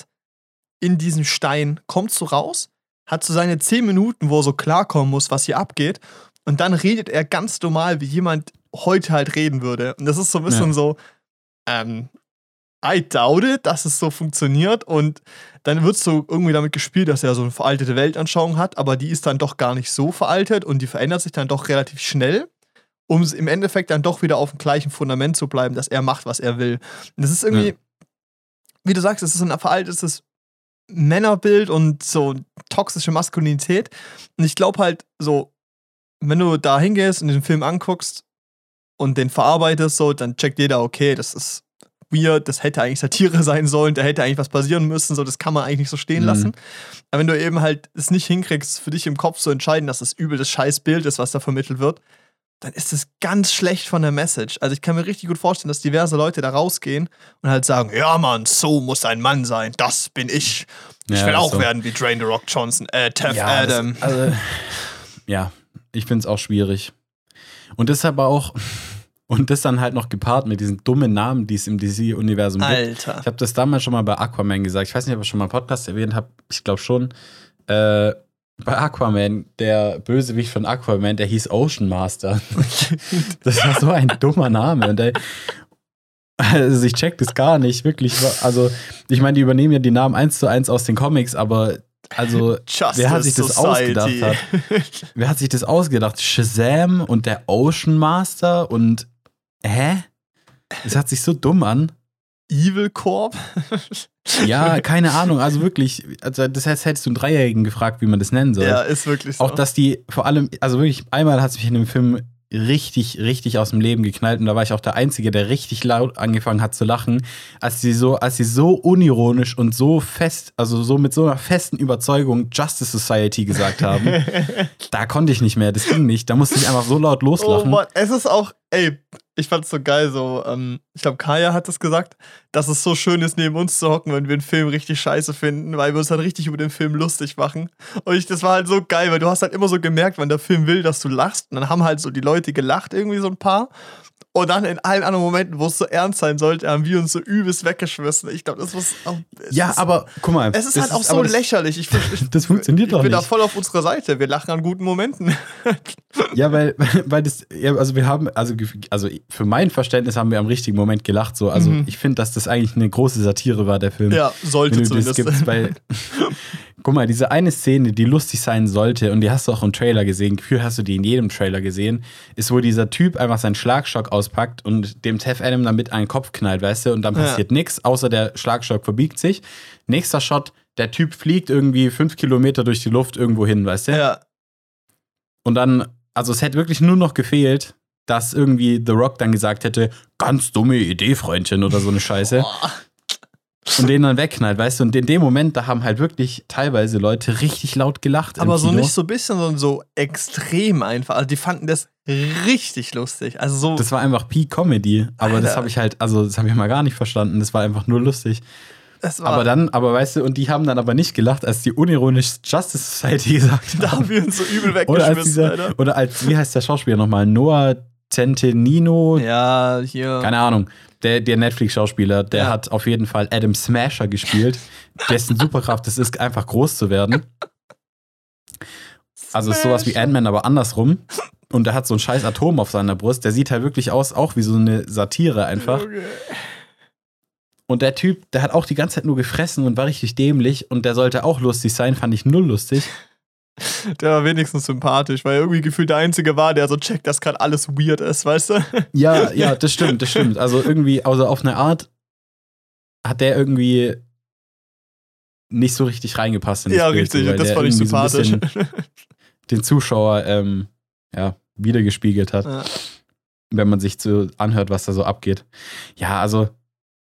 in diesen Stein, kommt so raus, hat so seine zehn Minuten, wo er so klarkommen muss, was hier abgeht, und dann redet er ganz normal, wie jemand heute halt reden würde. Und das ist so ein bisschen Ja. so, ähm, I doubt it, dass es so funktioniert. Und dann wird so irgendwie damit gespielt, dass er so eine veraltete Weltanschauung hat, aber die ist dann doch gar nicht so veraltet und die verändert sich dann doch relativ schnell, um im Endeffekt dann doch wieder auf dem gleichen Fundament zu bleiben, dass er macht, was er will. Und das ist irgendwie, ja. wie du sagst, es ist ein veraltetes Männerbild und so toxische Maskulinität. Und ich glaube halt so, wenn du da hingehst und den Film anguckst und den verarbeitest, so, dann checkt jeder, okay, das ist weird, das hätte eigentlich Satire sein sollen, da hätte eigentlich was passieren müssen, so, das kann man eigentlich nicht so stehen mhm. lassen. Aber wenn du eben halt es nicht hinkriegst, für dich im Kopf zu entscheiden, dass das übel das scheiß Bild ist, was da vermittelt wird, dann ist es ganz schlecht von der Message. Also ich kann mir richtig gut vorstellen, dass diverse Leute da rausgehen und halt sagen, ja Mann, so muss ein Mann sein, das bin ich. Ich ja, will auch so werden wie Dwayne The Rock Johnson, äh, Tev ja, Adam. Das, also, ja, ich finde es auch schwierig. Und das aber auch, und das dann halt noch gepaart mit diesen dummen Namen, die es im D C-Universum gibt. Alter. Ich habe das damals schon mal bei Aquaman gesagt. Ich weiß nicht, ob ich schon mal einen Podcast erwähnt habe. Ich glaube schon. Äh, bei Aquaman, der Bösewicht von Aquaman, der hieß Ocean Master. Das war so ein dummer Name. Und der, also ich check das gar nicht, wirklich. Also, ich meine, die übernehmen ja die Namen eins zu eins aus den Comics, aber also, Justice wer hat sich das Society. ausgedacht hat? Wer hat sich das ausgedacht? Shazam und der Ocean Master und hä? Das hat sich so dumm an. Evil Corp? Ja, keine Ahnung, also wirklich, also das heißt, hättest du einen Dreijährigen gefragt, wie man das nennen soll. Ja, ist wirklich so. Auch, dass die vor allem, also wirklich, einmal hat es mich in dem Film richtig, richtig aus dem Leben geknallt und da war ich auch der Einzige, der richtig laut angefangen hat zu lachen, als sie so, als sie so unironisch und so fest, also so mit so einer festen Überzeugung Justice Society gesagt haben. Da konnte ich nicht mehr, das ging nicht, da musste ich einfach so laut loslachen. Oh Mann, es ist auch, ey, ich fand's so geil, so, ähm, ich glaube, Kaya hat das gesagt, dass es so schön ist, neben uns zu hocken, wenn wir einen Film richtig scheiße finden, weil wir uns dann richtig über den Film lustig machen. Und ich, das war halt so geil, weil du hast halt immer so gemerkt, wenn der Film will, dass du lachst. Und dann haben halt so die Leute gelacht, irgendwie so ein paar. Und dann in allen anderen Momenten, wo es so ernst sein sollte, haben wir uns so übelst weggeschmissen. Ich glaube, das muss auch. Ja, ist, aber guck mal. Es ist halt auch ist, so lächerlich. Ich, ich, das funktioniert ich, doch nicht. Ich bin da voll auf unserer Seite. Wir lachen an guten Momenten. Ja, weil, weil das, ja, also wir haben, also, also für mein Verständnis haben wir am richtigen Moment gelacht. So. Also mhm. ich finde, dass das eigentlich eine große Satire war, der Film. Ja, sollte zumindest. Gibst, weil, guck mal, diese eine Szene, die lustig sein sollte, und die hast du auch im Trailer gesehen, Gefühl hast du die in jedem Trailer gesehen, ist, wo dieser Typ einfach seinen Schlagstock auspackt und dem Tev Adam damit einen Kopf knallt, weißt du, und dann passiert ja. nichts, außer der Schlagstock verbiegt sich. Nächster Shot, der Typ fliegt irgendwie fünf Kilometer durch die Luft irgendwo hin, weißt du? Ja. Und dann, also es hätte wirklich nur noch gefehlt, dass irgendwie The Rock dann gesagt hätte, ganz dumme Idee, Freundchen, oder so eine Scheiße. Boah. Und den dann wegknallt, weißt du? Und in dem Moment, da haben halt wirklich teilweise Leute richtig laut gelacht. Aber so nicht so ein bisschen, sondern so extrem einfach. Also die fanden das richtig lustig. Also so. Das war einfach Peak-Comedy. Aber Alter. Das habe ich halt, also das habe ich mal gar nicht verstanden. Das war einfach nur lustig. Das war aber dann, aber weißt du, und die haben dann aber nicht gelacht, als die unironisch Justice Society gesagt haben. Da haben wir uns so übel weggeschmissen, oder als dieser, Alter. Oder als, wie heißt der Schauspieler nochmal? Noah Centineo? Ja, hier. Keine Ahnung. Der, der Netflix-Schauspieler, der ja. hat auf jeden Fall Adam Smasher gespielt, dessen Superkraft es ist, einfach groß zu werden. Also ist sowas wie Ant-Man, aber andersrum. Und der hat so ein scheiß Atom auf seiner Brust. Der sieht halt wirklich aus, auch wie so eine Satire einfach. Okay. Und der Typ, der hat auch die ganze Zeit nur gefressen und war richtig dämlich. Und der sollte auch lustig sein, fand ich null lustig. Der war wenigstens sympathisch, weil er irgendwie gefühlt der Einzige war, der so checkt, dass gerade alles weird ist, weißt du? Ja, ja, das stimmt, das stimmt. Also irgendwie, also auf eine Art hat der irgendwie nicht so richtig reingepasst in das Ja, Bild, richtig, das fand ich sympathisch. So den Zuschauer, ähm, ja, wiedergespiegelt hat. Ja. Wenn man sich so anhört, was da so abgeht. Ja, also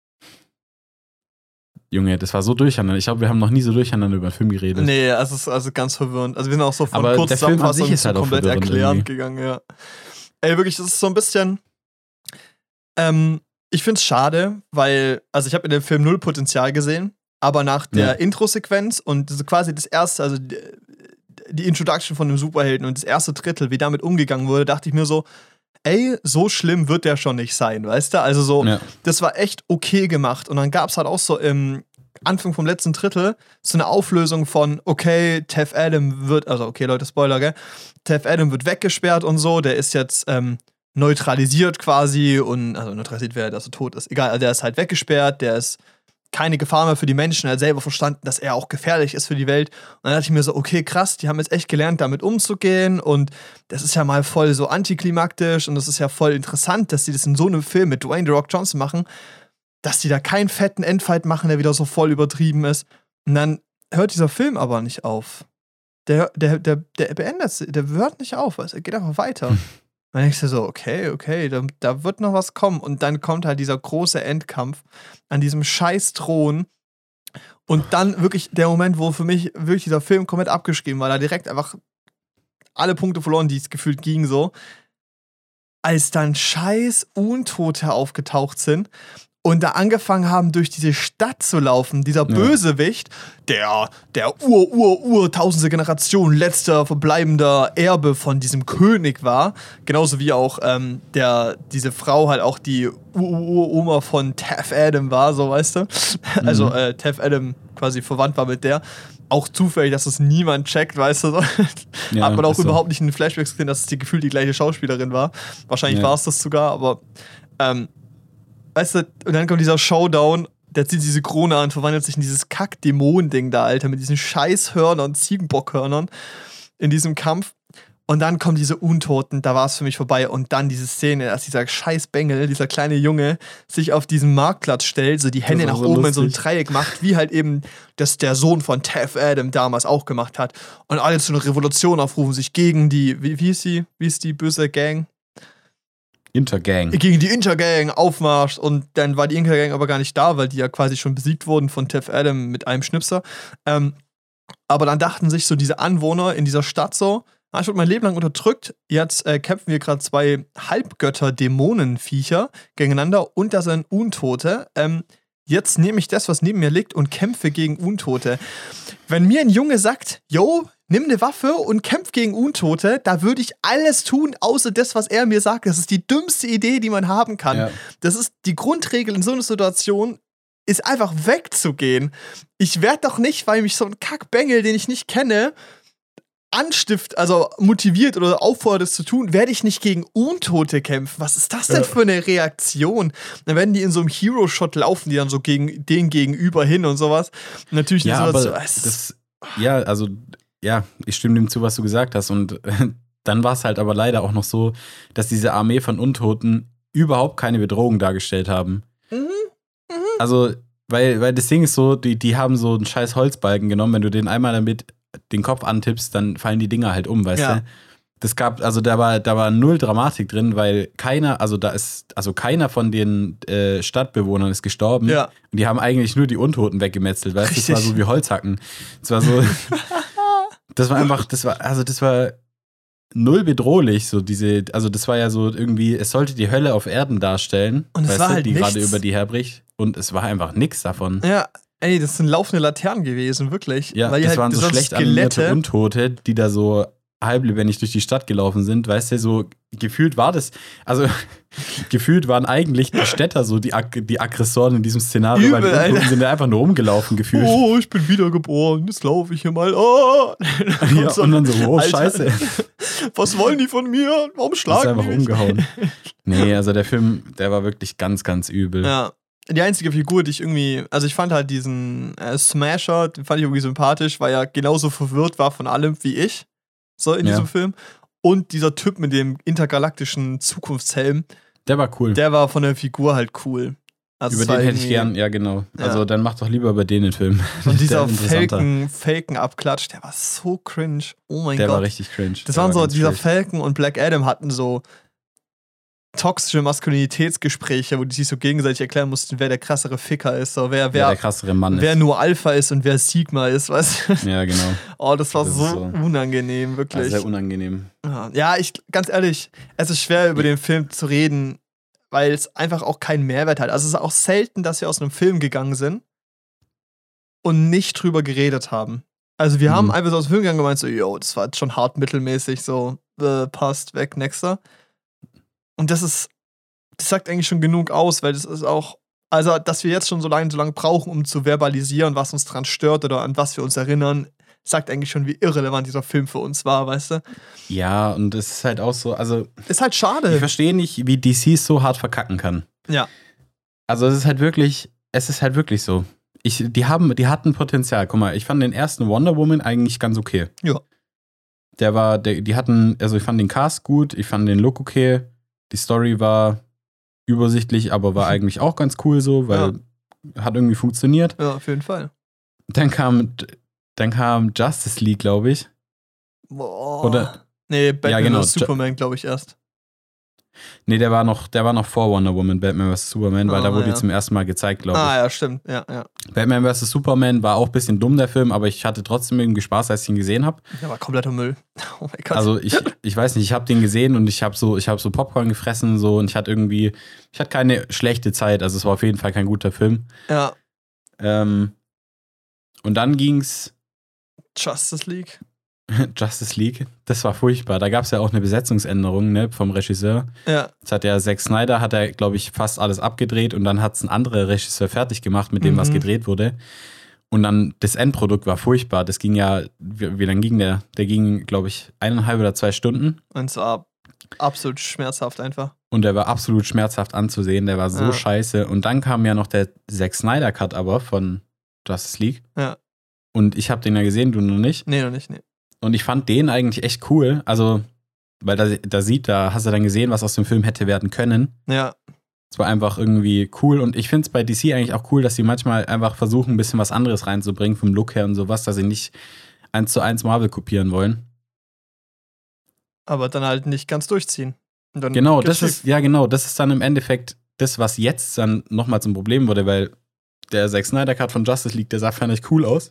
Junge, das war so durcheinander. Ich glaube, wir haben noch nie so durcheinander über einen Film geredet. Nee, es ist also ganz verwirrend. Also wir sind auch so von Aber kurz der Film an sich ist halt auch komplett erklärend gegangen, ja. Ey, wirklich, das ist so ein bisschen ähm, ich find's schade, weil, also ich habe in dem Film null Potenzial gesehen, aber nach der ja. Intro-Sequenz und das quasi das erste, also die, die Introduction von dem Superhelden und das erste Drittel, wie damit umgegangen wurde, dachte ich mir so, ey, so schlimm wird der schon nicht sein, weißt du? Also so, ja. das war echt okay gemacht. Und dann gab es halt auch so im Anfang vom letzten Drittel so eine Auflösung von, okay, Tev Adam wird, also okay, Leute, Spoiler, gell? Tev Adam wird weggesperrt und so, der ist jetzt ähm, neutralisiert quasi und, also neutralisiert wäre, dass er tot ist. Egal, also der ist halt weggesperrt, der ist keine Gefahr mehr für die Menschen. Er hat selber verstanden, dass er auch gefährlich ist für die Welt. Und dann dachte ich mir so, okay, krass, die haben jetzt echt gelernt, damit umzugehen. Und das ist ja mal voll so antiklimaktisch und das ist ja voll interessant, dass die das in so einem Film mit Dwayne The Rock Johnson machen, dass die da keinen fetten Endfight machen, der wieder so voll übertrieben ist. Und dann hört dieser Film aber nicht auf. Der, der, der, der beendet, der hört nicht auf, also er geht einfach weiter. Hm. Dann denkst du so, okay, okay, da, da wird noch was kommen. Und dann kommt halt dieser große Endkampf an diesem scheiß Thron. Und dann wirklich der Moment, wo für mich wirklich dieser Film komplett abgeschrieben war, da direkt einfach alle Punkte verloren, die es gefühlt ging so. Als dann scheiß Untote aufgetaucht sind und da angefangen haben, durch diese Stadt zu laufen, dieser ja. Bösewicht, der, der ur, ur, ur, tausendste Generation, letzter verbleibender Erbe von diesem König war, genauso wie auch ähm, der, diese Frau halt auch die Ur-Ur-Oma von Tef Adam war, so weißt du. Mhm. Also äh, Tef Adam quasi verwandt war mit der. Auch zufällig, dass das niemand checkt, weißt du. Ja, hat man auch überhaupt so. nicht in den Flashbacks gesehen, dass es die gefühlt die gleiche Schauspielerin war. Wahrscheinlich ja. war es das sogar, aber ähm, weißt du, und dann kommt dieser Showdown, der zieht diese Krone an, verwandelt sich in dieses Kack-Dämon-Ding da, Alter, mit diesen Scheißhörnern, Ziegenbockhörnern in diesem Kampf. Und dann kommen diese Untoten, da war es für mich vorbei. Und dann diese Szene, als dieser scheiß Bengel, dieser kleine Junge, sich auf diesen Marktplatz stellt, so die Hände nach so oben lustig. in so ein Dreieck macht, wie halt eben das der Sohn von Tef Adam damals auch gemacht hat. Und alle zu einer Revolution aufrufen, sich gegen die, wie, wie ist die, wie ist die böse Gang? Intergang. Gegen die Intergang aufmarscht und dann war die Intergang aber gar nicht da, weil die ja quasi schon besiegt wurden von Tef Adam mit einem Schnipser. Ähm, aber dann dachten sich so diese Anwohner in dieser Stadt so, ah, ich wurde mein Leben lang unterdrückt, jetzt äh, kämpfen wir gerade zwei Halbgötter-Dämonenviecher gegeneinander und da sind Untote. Ähm, jetzt nehme ich das, was neben mir liegt und kämpfe gegen Untote. Wenn mir ein Junge sagt, yo, nimm eine Waffe und kämpf gegen Untote, da würde ich alles tun, außer das, was er mir sagt. Das ist die dümmste Idee, die man haben kann. Ja. Das ist die Grundregel in so einer Situation, ist einfach wegzugehen. Ich werde doch nicht, weil mich so ein Kackbengel, den ich nicht kenne, anstift, also motiviert oder auffordert, es zu tun, werde ich nicht gegen Untote kämpfen. Was ist das denn ja. für eine Reaktion? Dann werden die in so einem Hero-Shot laufen, die dann so gegen den gegenüber hin und sowas. Und natürlich ja, aber so, das, ja, also ja, ich stimme dem zu, was du gesagt hast. Und äh, dann war es halt aber leider auch noch so, dass diese Armee von Untoten überhaupt keine Bedrohung dargestellt haben. Mhm. Mhm. Also, weil, weil das Ding ist so, die, die haben so einen scheiß Holzbalken genommen, wenn du den einmal damit den Kopf antippst, dann fallen die Dinger halt um, weißt ja. du? Das gab, also da war, da war null Dramatik drin, weil keiner, also da ist, also keiner von den äh, Stadtbewohnern ist gestorben. Ja. Und die haben eigentlich nur die Untoten weggemetzelt, weißt du? Das war so wie Holzhacken. Das war so. Das war einfach, das war, also das war null bedrohlich, so diese, also das war ja so irgendwie, es sollte die Hölle auf Erden darstellen, und es weißt war du, halt die nichts. gerade über die herbricht. Und es war einfach nichts davon. Ja, ey, das sind laufende Laternen gewesen, wirklich. Ja, weil die das halt, waren so das schlecht Skelette. animierte Untote, die da so halblebendig durch die Stadt gelaufen sind, weißt du, so gefühlt war das, also gefühlt waren eigentlich die Städter so die, Ag- die Aggressoren in diesem Szenario, Übel, weil die Untoten Alter. sind ja einfach nur rumgelaufen gefühlt. Oh, ich bin wiedergeboren, jetzt laufe ich hier mal. Oh. Ja, und dann so, oh, Alter, scheiße. Was wollen die von mir? Warum Das ist schlagen einfach die mich? umgehauen. Nee, also der Film, der war wirklich ganz, ganz übel. Ja. Die einzige Figur, die ich irgendwie, also ich fand halt diesen äh, Smasher, den fand ich irgendwie sympathisch, weil er genauso verwirrt war von allem wie ich, so in Ja. diesem Film. Und dieser Typ mit dem intergalaktischen Zukunftshelm, Der war cool. der war von der Figur halt cool. Also über es war den hätte ich irgendwie- gern, ja genau. Ja. Also dann mach doch lieber über den den Film. Und dieser Der ist interessanter. Falcon, Falcon-Abklatsch, der war so cringe. Oh mein Der Gott. war richtig cringe. Das Der waren war so, ganz dieser schlecht. Falcon und Black Adam hatten so toxische Maskulinitätsgespräche, wo die sich so gegenseitig erklären mussten, wer der krassere Ficker ist, so wer, Wer wer, der krassere Mann wer ist. nur Alpha ist und wer Sigma ist, weißt du? Ja, genau. Oh, das war Das ist so, so. unangenehm, War wirklich. sehr unangenehm. Ja. ja, ich, ganz ehrlich, es ist schwer, über den Film zu reden, weil es einfach auch keinen Mehrwert hat. Also es ist auch selten, dass wir aus einem Film gegangen sind und nicht drüber geredet haben. Also wir Mhm. haben einfach so aus dem Film gegangen und gemeint so, yo, das war jetzt schon hart mittelmäßig, so, äh, passt, weg, nächster. Und das ist, das sagt eigentlich schon genug aus, weil das ist auch, also dass wir jetzt schon so lange, so lange brauchen, um zu verbalisieren, was uns dran stört oder an was wir uns erinnern, sagt eigentlich schon, wie irrelevant dieser Film für uns war, weißt du? Ja, und es ist halt auch so, also. Ist halt schade. Ich verstehe nicht, wie D C es so hart verkacken kann. Ja. Also es ist halt wirklich, es ist halt wirklich so. Ich, die haben, die hatten Potenzial. Guck mal, ich fand den ersten Wonder Woman eigentlich ganz okay. Ja. Der war, der, die hatten, also ich fand den Cast gut, ich fand den Look okay. Die Story war übersichtlich, aber war eigentlich auch ganz cool so, weil ja. hat irgendwie funktioniert. Ja, auf jeden Fall. Dann kam, dann kam Justice League, glaube ich. Boah. Oder? Nee, Batman ja, genau. versus. Superman, glaube ich, erst. Nee, der war noch, der war noch vor Wonder Woman, Batman versus. Superman, weil ah, da wurde ja. die zum ersten Mal gezeigt, glaube ich. Ah, ja, stimmt. Ja, ja. Batman versus. Superman war auch ein bisschen dumm, der Film, aber ich hatte trotzdem irgendwie Spaß, als ich ihn gesehen habe. Der war kompletter Müll. Oh mein Gott. Also ich, ich weiß nicht, ich habe den gesehen und ich habe so, ich habe so Popcorn gefressen so und ich hatte irgendwie, ich hatte keine schlechte Zeit, also es war auf jeden Fall kein guter Film. Ja. Ähm, und dann ging's Justice League. Justice League, das war furchtbar. Da gab es ja auch eine Besetzungsänderung, ne, vom Regisseur. Ja. Das hat ja Zack Snyder, hat er, glaube ich, fast alles abgedreht und dann hat es ein anderer Regisseur fertig gemacht mit dem, mhm. was gedreht wurde. Und dann das Endprodukt war furchtbar. Das ging ja, wie, wie lang ging der? Der ging, glaube ich, eineinhalb oder zwei Stunden. Und es war absolut schmerzhaft einfach. Und der war absolut schmerzhaft anzusehen. Der war so ja. scheiße. Und dann kam ja noch der Zack Snyder Cut aber von Justice League. Ja. Und ich habe den ja gesehen, du noch nicht. Nee, noch nicht, nee. Und ich fand den eigentlich echt cool. Also, weil da, da sieht, da hast du dann gesehen, was aus dem Film hätte werden können. Ja. Es war einfach irgendwie cool. Und ich finde es bei D C eigentlich auch cool, dass sie manchmal einfach versuchen, ein bisschen was anderes reinzubringen vom Look her und sowas, dass sie nicht eins zu eins Marvel kopieren wollen. Aber dann halt nicht ganz durchziehen. Und dann genau, das ist, ja genau, das ist dann im Endeffekt das, was jetzt dann nochmal zum Problem wurde, weil der Zack Snyder Cut von Justice League, der sah fand ich cool aus.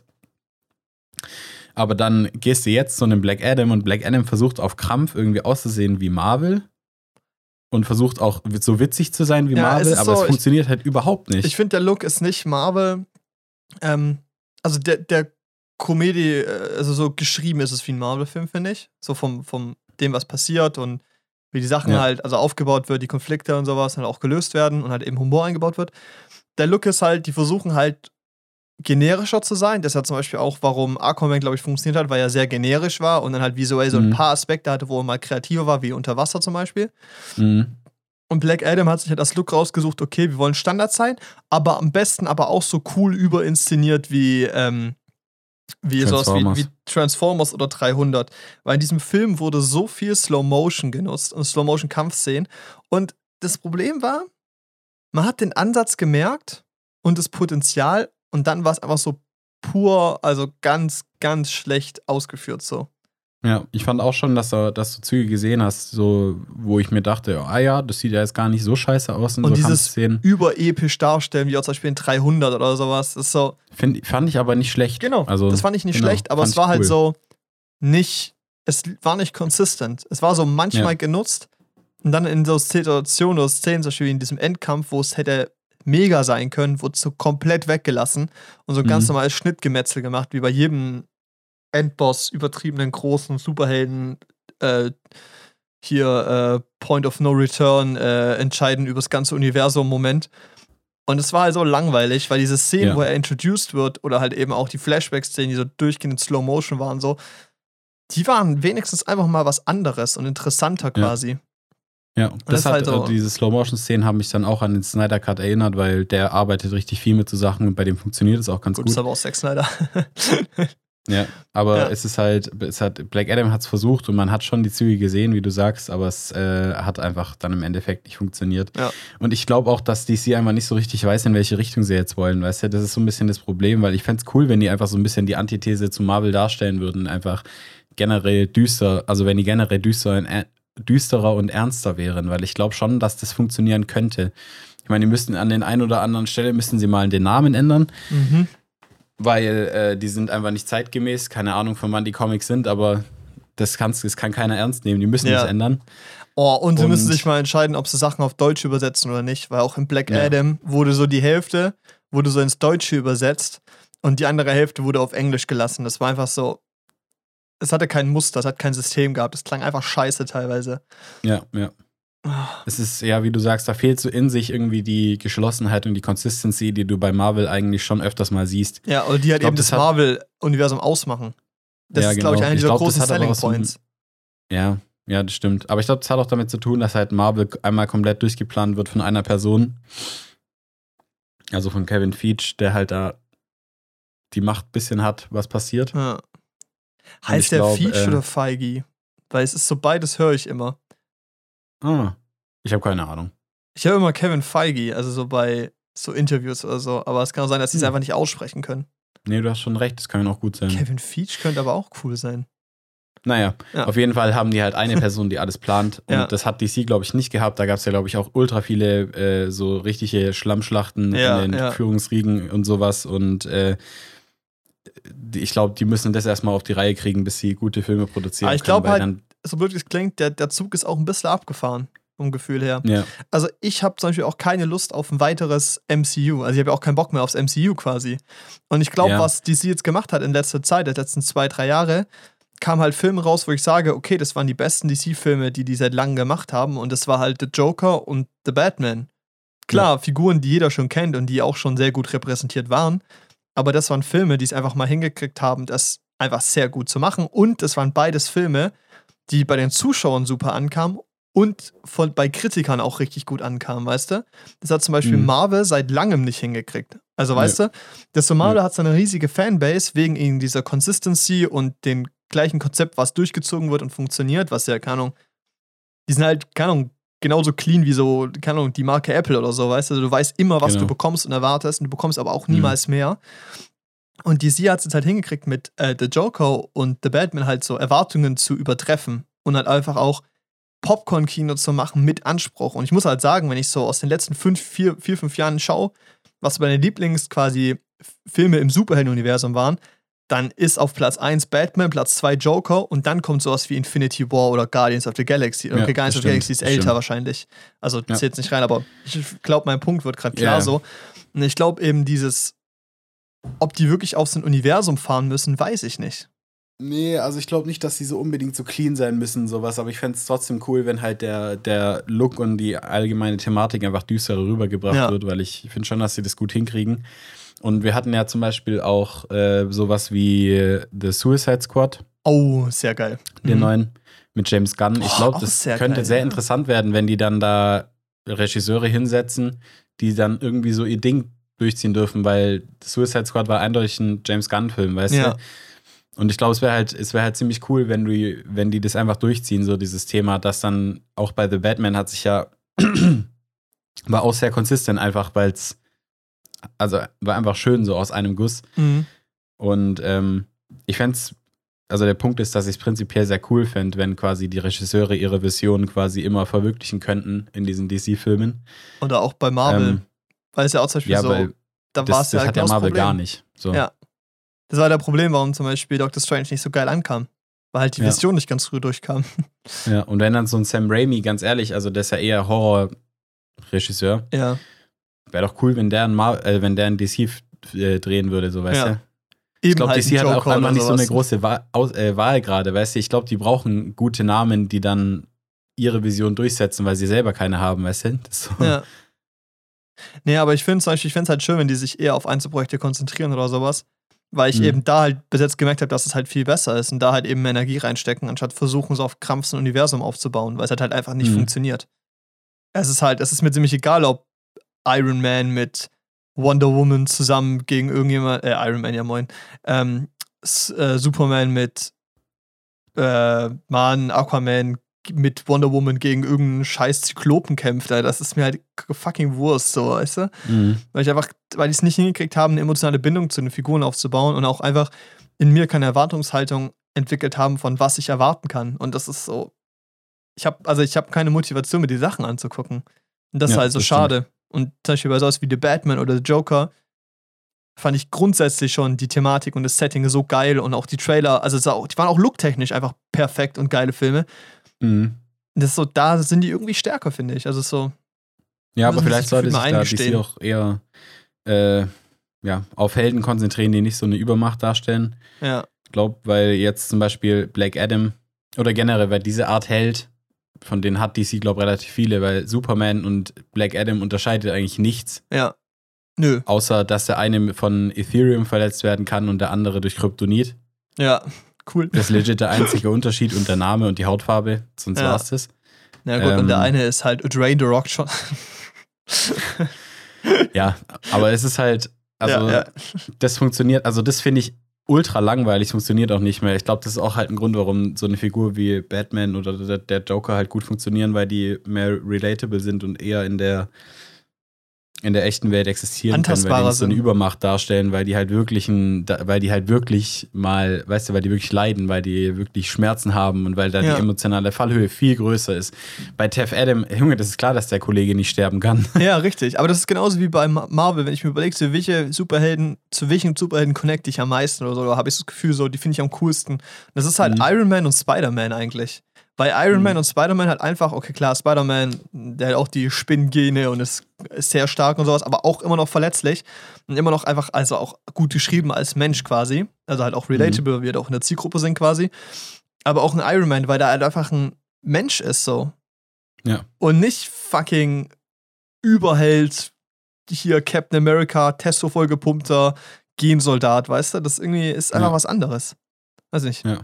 Aber dann gehst du jetzt zu einem Black Adam und Black Adam versucht auf Krampf irgendwie auszusehen wie Marvel und versucht auch so witzig zu sein wie ja, Marvel, es aber so, es funktioniert ich, halt überhaupt nicht. Ich finde, der Look ist nicht Marvel. Ähm, also der, der Komödie, also so geschrieben ist es wie ein Marvel-Film, finde ich. So vom, vom dem, was passiert und wie die Sachen ja. halt, also aufgebaut wird, die Konflikte und sowas halt auch gelöst werden und halt eben Humor eingebaut wird. Der Look ist halt, die versuchen halt generischer zu sein. Das ist ja zum Beispiel auch, warum Aquaman, glaube ich, funktioniert hat, weil er sehr generisch war und dann halt visuell so ein mhm. paar Aspekte hatte, wo er mal kreativer war, wie unter Wasser zum Beispiel. Mhm. Und Black Adam hat sich halt das Look rausgesucht, okay, wir wollen Standard sein, aber am besten aber auch so cool überinszeniert wie, ähm, wie sowas wie, wie Transformers oder dreihundert. Weil in diesem Film wurde so viel Slow-Motion genutzt und Slow-Motion-Kampfszenen. Und das Problem war, man hat den Ansatz gemerkt und das Potenzial. Und dann war es einfach so pur, also ganz, ganz schlecht ausgeführt so. Ja, ich fand auch schon, dass du, dass du Züge gesehen hast, so, wo ich mir dachte, ah ja, das sieht ja jetzt gar nicht so scheiße aus. In und so dieses überepisch darstellen, wie auch zum Beispiel in dreihundert oder sowas, das ist so. Find, fand ich aber nicht schlecht. Genau, also, das fand ich nicht genau, schlecht, aber es war halt cool. so nicht, es war nicht consistent. Es war so manchmal ja. genutzt und dann in so Situationen oder Szenen, zum Beispiel in diesem Endkampf, wo es hätte mega sein können, wurde so komplett weggelassen und so ein mhm. ganz normales Schnittgemetzel gemacht, wie bei jedem Endboss, übertriebenen großen Superhelden äh, hier äh, Point of No Return äh, entscheiden über das ganze Universum Moment. Und es war halt so langweilig, weil diese Szenen, ja. wo er introduced wird oder halt eben auch die Flashback-Szenen, die so durchgehend in Slow Motion waren, so, die waren wenigstens einfach mal was anderes und interessanter quasi. Ja. Ja, das, das hat, halt so. Diese Slow-Motion-Szenen haben mich dann auch an den Snyder Cut erinnert, weil der arbeitet richtig viel mit so Sachen und bei dem funktioniert es auch ganz gut. Gut, ist aber auch Zack Snyder. Ja, aber ja. es ist halt, es hat, Black Adam hat es versucht und man hat schon die Züge gesehen, wie du sagst, aber es äh, hat einfach dann im Endeffekt nicht funktioniert. Ja. Und ich glaube auch, dass D C einfach nicht so richtig weiß, in welche Richtung sie jetzt wollen, weißt du, das ist so ein bisschen das Problem, weil ich fände es cool, wenn die einfach so ein bisschen die Antithese zu Marvel darstellen würden, einfach generell düster, also wenn die generell düster in düsterer und ernster wären, weil ich glaube schon, dass das funktionieren könnte. Ich meine, die müssten an den ein oder anderen Stelle müssen sie mal den Namen ändern, mhm. weil äh, die sind einfach nicht zeitgemäß. Keine Ahnung, von wann die Comics sind, aber das, kann's, das kann keiner ernst nehmen. Die müssen ja. das ändern. Oh, und sie und, müssen sich mal entscheiden, ob sie Sachen auf Deutsch übersetzen oder nicht, weil auch in Black ja. Adam wurde so die Hälfte wurde so ins Deutsche übersetzt und die andere Hälfte wurde auf Englisch gelassen. Das war einfach so. Es hatte kein Muster, es hat kein System gehabt. Es klang einfach scheiße teilweise. Ja, ja. Es ist, ja, wie du sagst, da fehlt so in sich irgendwie die Geschlossenheit und die Consistency, die du bei Marvel eigentlich schon öfters mal siehst. Ja, oder die halt glaub, eben das, das Marvel-Universum ausmachen. Das Ja, ist, glaube ich, genau. einer Ich dieser glaub, das großen hat aber Selling auch so ein- Points. Ja, ja, das stimmt. Aber ich glaube, das hat auch damit zu tun, dass halt Marvel einmal komplett durchgeplant wird von einer Person. Also von Kevin Feige, der halt da die Macht ein bisschen hat, was passiert. Ja. ich Heißt der glaub, Feige äh, oder Feige? Weil es ist so beides, höre ich immer. Ah, ich habe keine Ahnung. Ich höre immer Kevin Feige, also so bei so Interviews oder so. Aber es kann auch sein, dass sie es Hm. einfach nicht aussprechen können. Nee, du hast schon recht, das kann auch gut sein. Kevin Feige könnte aber auch cool sein. Naja, Ja. auf jeden Fall haben die halt eine Person, die alles plant. Und Ja. das hat D C, glaube ich, nicht gehabt. Da gab es ja, glaube ich, auch ultra viele äh, so richtige Schlammschlachten Ja, in den ja. Führungsriegen und sowas. Und äh, die- ich glaube, die müssen das erstmal auf die Reihe kriegen, bis sie gute Filme produzieren Aber ich können. glaube weil halt, dann, so blöd wie es klingt, der, der Zug ist auch ein bisschen abgefahren, vom Gefühl her. ja, Also ich habe zum Beispiel auch keine Lust auf ein weiteres M C U. Also ich habe ja auch keinen Bock mehr aufs M C U quasi. Und ich glaube, Ja. was D C jetzt gemacht hat in letzter Zeit, in den letzten zwei, drei Jahre, kamen halt Filme raus, wo ich sage, okay, das waren die besten D C-Filme, die die seit langem gemacht haben. Und das war halt The Joker und The Batman. Klar, Figuren, die jeder schon kennt und die auch schon sehr gut repräsentiert waren. Aber das waren Filme, die es einfach mal hingekriegt haben, das einfach sehr gut zu machen. Und das waren beides Filme, die bei den Zuschauern super ankamen und von, bei Kritikern auch richtig gut ankamen, weißt du? Das hat zum Beispiel Mhm. Marvel seit langem nicht hingekriegt. Also, weißt du, das so Marvel Ja. hat so eine riesige Fanbase wegen eben dieser Consistency und dem gleichen Konzept, was durchgezogen wird und funktioniert, was ja, keine Ahnung, die sind halt, keine Ahnung, genauso clean wie so, keine Ahnung, die Marke Apple oder so, weißt du? Du weißt immer, was Genau. du bekommst und erwartest und du bekommst aber auch niemals mehr. Und D C hat es jetzt halt hingekriegt, mit äh, The Joker und The Batman halt so Erwartungen zu übertreffen und halt einfach auch Popcorn-Kino zu machen mit Anspruch. Und ich muss halt sagen, wenn ich so aus den letzten fünf, vier, vier fünf Jahren schaue, was meine Lieblings quasi Filme im Superhelden-Universum waren, dann ist auf Platz eins Batman, Platz zwei Joker und dann kommt sowas wie Infinity War oder Guardians of the Galaxy. Okay, Ja, Guardians das of the Galaxy ist stimmt, das älter stimmt. wahrscheinlich. Also Ja. zählt nicht rein, aber ich glaube, mein Punkt wird gerade klar Ja, ja. so. Und ich glaube eben dieses, ob die wirklich auf so ein Universum fahren müssen, weiß ich nicht. Nee, also ich glaube nicht, dass sie so unbedingt so clean sein müssen, sowas, aber ich fände es trotzdem cool, wenn halt der, der Look und die allgemeine Thematik einfach düsterer rübergebracht Ja. wird, weil ich finde schon, dass sie das gut hinkriegen. Und wir hatten ja zum Beispiel auch äh, sowas wie äh, The Suicide Squad, Oh, sehr geil. den Mhm. neuen, mit James Gunn. Ich Oh, glaube, auch das sehr könnte geil, sehr ja. interessant werden, wenn die dann da Regisseure hinsetzen, die dann irgendwie so ihr Ding durchziehen dürfen, weil The Suicide Squad war eindeutig ein James Gunn-Film, weißt Ja. du? Und ich glaube, es wäre halt, es wäre halt ziemlich cool, wenn du, wenn die das einfach durchziehen, so dieses Thema, das dann auch bei The Batman hat sich ja war auch sehr konsistent, einfach, weil es also war einfach schön so aus einem Guss. Mhm. Und ähm, ich fände es, also der Punkt ist, dass ich es prinzipiell sehr cool fände, wenn quasi die Regisseure ihre Visionen quasi immer verwirklichen könnten in diesen D C-Filmen. Oder auch bei Marvel. Ähm, weil es ja auch zum Beispiel ja, so, weil da war es das, ja das halt hat ja genau das Marvel Problem. gar nicht. So. Ja. Das war der Problem, warum zum Beispiel Doctor Strange nicht so geil ankam. Weil halt die Ja. Vision nicht ganz früh durchkam. Ja, und wenn dann so ein Sam Raimi, ganz ehrlich, also der ist ja eher Horror-Regisseur, Ja. wäre doch cool, wenn der ein, Mar äh, wenn der ein D C f- äh, drehen würde, so, weißt Ja. du? Eben Ich glaube, halt D C ein hat auch Joker einfach oder nicht so eine sowas. große Wahl, aus, äh, Wahl gerade, weißt du? Ich glaube, die brauchen gute Namen, die dann ihre Vision durchsetzen, weil sie selber keine haben, weißt du? Das ist so. Ja. Nee, aber ich finde zum Beispiel, ich finde es halt schön, wenn die sich eher auf Einzelprojekte konzentrieren oder sowas. Weil ich Mhm. eben da halt bis jetzt gemerkt habe, dass es halt viel besser ist und da halt eben mehr Energie reinstecken, anstatt versuchen, so auf Krampf so ein Universum aufzubauen, weil es halt, halt einfach nicht Mhm. funktioniert. Es ist halt, es ist mir ziemlich egal, ob Iron Man mit Wonder Woman zusammen gegen irgendjemand, äh, Iron Man, ja moin, ähm, S äh, Superman mit äh, Mann, Aquaman mit Wonder Woman gegen irgendeinen scheiß Zyklopen kämpft, Alter. Das ist mir halt fucking Wurst, so, weißt du? Mhm. Weil ich einfach, weil ich es nicht hingekriegt habe, eine emotionale Bindung zu den Figuren aufzubauen und auch einfach in mir keine Erwartungshaltung entwickelt haben, von was ich erwarten kann. Und das ist so, ich habe, also ich habe keine Motivation, mir die Sachen anzugucken. Und das Ja, ist halt so das schade. Und zum Beispiel bei sowas wie The Batman oder The Joker fand ich grundsätzlich schon die Thematik und das Setting so geil und auch die Trailer, also es ist auch, die waren auch looktechnisch einfach perfekt und geile Filme. Mhm. Das ist so, da sind die irgendwie stärker, finde ich. Also so, Ja, müssen aber die vielleicht sich sollte gefühlt sich mal da D C eingestehen. auch eher äh, ja, auf Helden konzentrieren, die nicht so eine Übermacht darstellen. ja. Ich glaube, weil jetzt zum Beispiel Black Adam oder generell, weil diese Art Held, von denen hat D C, glaube ich, relativ viele, weil Superman und Black Adam unterscheidet eigentlich nichts, Ja. Nö. außer dass der eine von Ethereum verletzt werden kann und der andere durch Kryptonit. Ja. Cool. Das ist legit der einzige Unterschied und der Name und die Hautfarbe, sonst Ja. war's das. Na gut, Ähm, und der eine ist halt Dwayne The Rock Johnson. Ja, aber es ist halt, also Ja, ja. das funktioniert, also das finde ich ultra langweilig, funktioniert auch nicht mehr. Ich glaube, das ist auch halt ein Grund, warum so eine Figur wie Batman oder der, der Joker halt gut funktionieren, weil die mehr relatable sind und eher in der in der echten Welt existieren können, weil die Antastbarer nicht so eine sind. Übermacht darstellen, weil die halt wirklich ein, da- weil die halt wirklich mal, weißt du, weil die wirklich leiden, weil die wirklich Schmerzen haben und weil da Ja. die emotionale Fallhöhe viel größer ist. Bei Tef Adam, Junge, das ist klar, dass der Kollege nicht sterben kann. Ja, richtig. Aber das ist genauso wie bei Ma- Marvel, wenn ich mir überlege, zu welche Superhelden, zu welchen Superhelden connecte ich am meisten oder so, da habe ich das Gefühl, so, die finde ich am coolsten. Das ist halt Mhm. Iron Man und Spider-Man eigentlich. Bei Iron Mhm. Man und Spider-Man halt einfach, okay, klar, Spider-Man, der hat auch die Spinnengene und ist, ist sehr stark und sowas, aber auch immer noch verletzlich und immer noch einfach, also auch gut geschrieben als Mensch quasi. Also halt auch relatable, wie wir auch in der Zielgruppe sind quasi. Aber auch ein Iron Man, weil der halt einfach ein Mensch ist so. Ja. Und nicht fucking Überheld, hier Captain America, Testo vollgepumpter Gensoldat, weißt du? Das irgendwie ist einfach Ja. was anderes. Weiß nicht. Ja.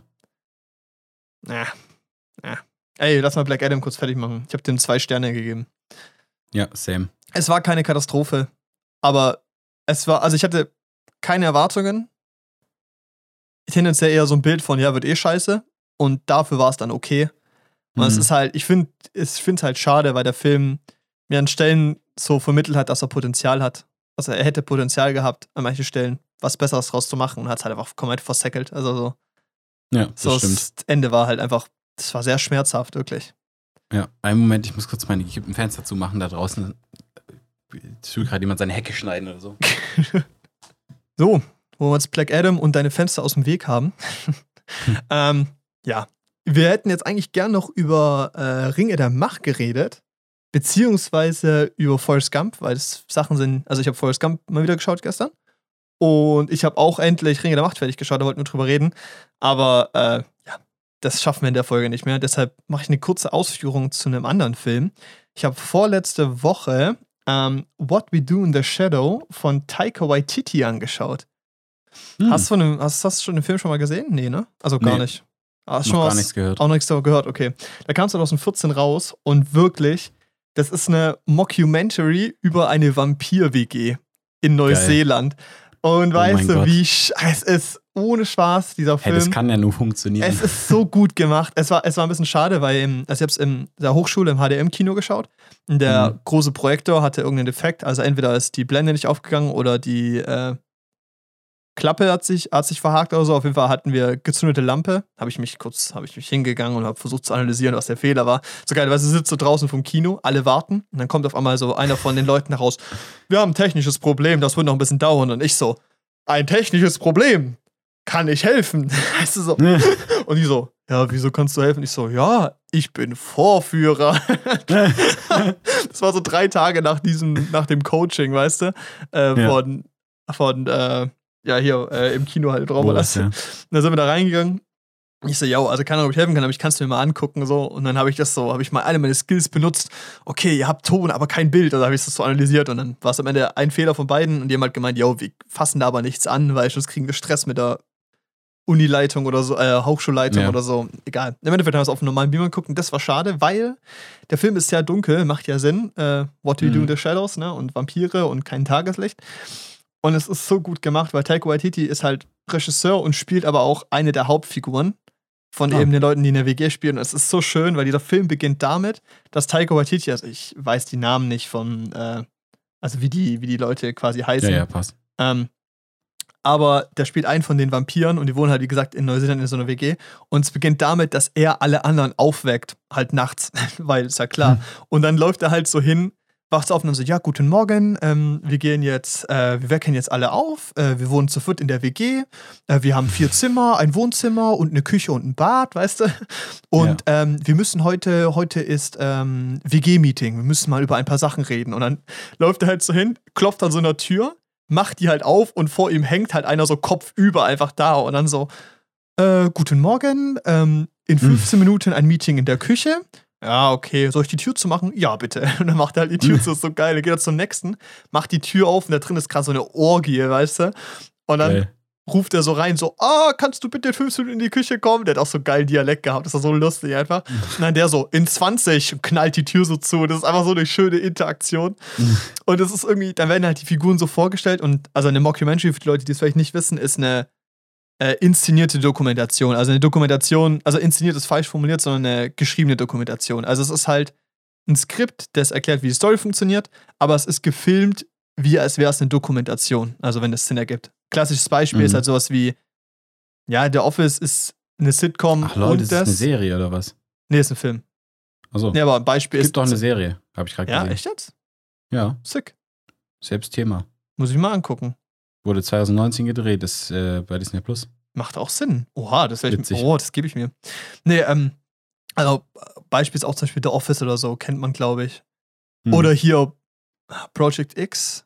Ja. Ja. Ey, lass mal Black Adam kurz fertig machen. Ich habe dem zwei Sterne gegeben. Ja, same. Es war keine Katastrophe, aber es war, also ich hatte keine Erwartungen. Tendenziell eher so ein Bild von, ja, wird eh scheiße. Und dafür war es dann okay. Und es Mhm. ist halt, ich finde ich finde es halt schade, weil der Film mir an Stellen so vermittelt hat, dass er Potenzial hat. Also er hätte Potenzial gehabt, an manchen Stellen was Besseres draus zu machen und hat es halt einfach komplett versäckelt. Also so, Ja, das so stimmt. das Ende war halt einfach, das war sehr schmerzhaft, wirklich. Ja, einen Moment, ich muss kurz meine gekippten Fenster zumachen. Da draußen will gerade jemand seine Hecke schneiden oder so. So, wo wir jetzt Black Adam und deine Fenster aus dem Weg haben. ähm, ja, wir hätten jetzt eigentlich gern noch über äh, Ringe der Macht geredet, beziehungsweise über Forrest Gump, weil es Sachen sind, also ich habe Forrest Gump mal wieder geschaut gestern und ich habe auch endlich Ringe der Macht fertig geschaut, da wollten wir drüber reden, aber äh, ja, das schaffen wir in der Folge nicht mehr, deshalb mache ich eine kurze Ausführung zu einem anderen Film. Ich habe vorletzte Woche ähm, What We Do in the Shadow von Taika Waititi angeschaut. Hm. Hast, du einen, hast, hast du schon den Film schon mal gesehen? Nee, ne? Also gar Nee. nicht. Hast Noch schon gar was, nichts gehört. Auch noch nichts darüber gehört, okay. Da kam es zwanzig vierzehn raus und wirklich, das ist eine Mockumentary über eine Vampir-W G in Neuseeland. Und Oh weißt mein du, Gott. wie sch- es ist ohne Spaß, dieser Hey, Film. das kann ja nur funktionieren. Es ist so gut gemacht. Es war, es war ein bisschen schade, weil im, also ich habe es in der Hochschule im H D M-Kino geschaut. Und der Mhm. große Projektor hatte irgendeinen Defekt. Also entweder ist die Blende nicht aufgegangen oder die äh, Klappe hat sich, hat sich verhakt oder so. Auf jeden Fall hatten wir gezündete Lampe. Habe ich mich kurz, habe ich mich hingegangen und habe versucht zu analysieren, was der Fehler war. So geil, weil sie sitzt so draußen vom Kino, alle warten. Und dann kommt auf einmal so einer von den Leuten heraus. Wir haben ein technisches Problem, das wird noch ein bisschen dauern. Und ich so, ein technisches Problem? Kann ich helfen? Weißt du so. Und die so, ja, wieso kannst du helfen? Ich so, ja, ich bin Vorführer. Das war so drei Tage nach diesem, nach dem Coaching, weißt du? Äh, Ja. Von, von äh, ja, hier äh, im Kino halt drauf. Boris, ja. Da sind wir da reingegangen. Ich so, ja, also keine Ahnung, ob ich helfen kann, aber ich kann es mir mal angucken so. Und dann habe ich das so, habe ich mal eine meiner Skills benutzt. Okay, ihr habt Ton, aber kein Bild. Also habe ich das so analysiert und dann war es am Ende ein Fehler von beiden und die haben halt gemeint, yo, wir fassen da aber nichts an, weil sonst kriegen wir Stress mit der Unileitung oder so, äh, Hochschulleitung Ja. oder so. Egal. Im Endeffekt haben wir es auf einem normalen Beamer geguckt und das war schade, weil der Film ist sehr dunkel, macht ja Sinn. Äh, What Do You Do in the Shadows, ne? Und Vampire und kein Tageslicht. Und es ist so gut gemacht, weil Taika Waititi ist halt Regisseur und spielt aber auch eine der Hauptfiguren von Ah. eben den Leuten, die in der W G spielen. Und es ist so schön, weil dieser Film beginnt damit, dass Taika Waititi, also ich weiß die Namen nicht von, äh, also wie die, wie die Leute quasi heißen. Ja, ja, passt. Ähm, aber der spielt einen von den Vampiren und die wohnen halt, wie gesagt, in Neuseeland in so einer W G. Und es beginnt damit, dass er alle anderen aufweckt, halt nachts, weil ist ja klar. Hm. Und dann läuft er halt so hin, wacht auf und dann so, ja, guten Morgen, ähm, wir gehen jetzt, äh, wir wecken jetzt alle auf, äh, wir wohnen zu viert in der W G, äh, wir haben vier Zimmer, ein Wohnzimmer und eine Küche und ein Bad, weißt du? Und ähm, wir müssen heute, heute ist ähm, W G-Meeting, wir müssen mal über ein paar Sachen reden. Und dann läuft er halt so hin, klopft an so einer Tür, macht die halt auf und vor ihm hängt halt einer so kopfüber einfach da und dann so, äh, guten Morgen, ähm, in fünfzehn Minuten ein Meeting in der Küche. Ja, okay, soll ich die Tür zumachen? Ja, bitte. Und dann macht er halt die Tür zu, ist so geil. Dann geht er zum nächsten, macht die Tür auf und da drin ist gerade so eine Orgie, weißt du? Und dann Geil. ruft er so rein, so, ah, kannst du bitte fünf Minuten in die Küche kommen? Der hat auch so geil Dialekt gehabt, das war so lustig einfach. Und dann der so, in zwanzig, knallt die Tür so zu. Das ist einfach so eine schöne Interaktion. Und das ist irgendwie, dann werden halt die Figuren so vorgestellt und, also eine Mockumentary, für die Leute, die es vielleicht nicht wissen, ist eine äh, inszenierte Dokumentation. Also eine Dokumentation, also inszeniert ist falsch formuliert, sondern eine geschriebene Dokumentation. Also es ist halt ein Skript, das erklärt, wie die Story funktioniert, aber es ist gefilmt, wie als wäre es eine Dokumentation, also wenn es Sinn ergibt. Klassisches Beispiel Mhm. ist halt sowas wie, ja, The Office ist eine Sitcom. Ach Leute, und das das ist eine Serie oder was? Nee, ist ein Film. Achso. Nee, aber ein Beispiel Es ist. gibt doch eine Serie, habe ich gerade Ja, gesehen. echt jetzt? Ja, Sick. selbst Thema. Muss ich mal angucken. Wurde zwanzig neunzehn gedreht, ist äh, bei Disney Plus. Macht auch Sinn. Oha, das werde ich Witzig. Oh, das gebe ich mir. Nee, ähm, also Beispiel ist auch zum Beispiel The Office oder so, kennt man, glaube ich. Hm. Oder hier Project X.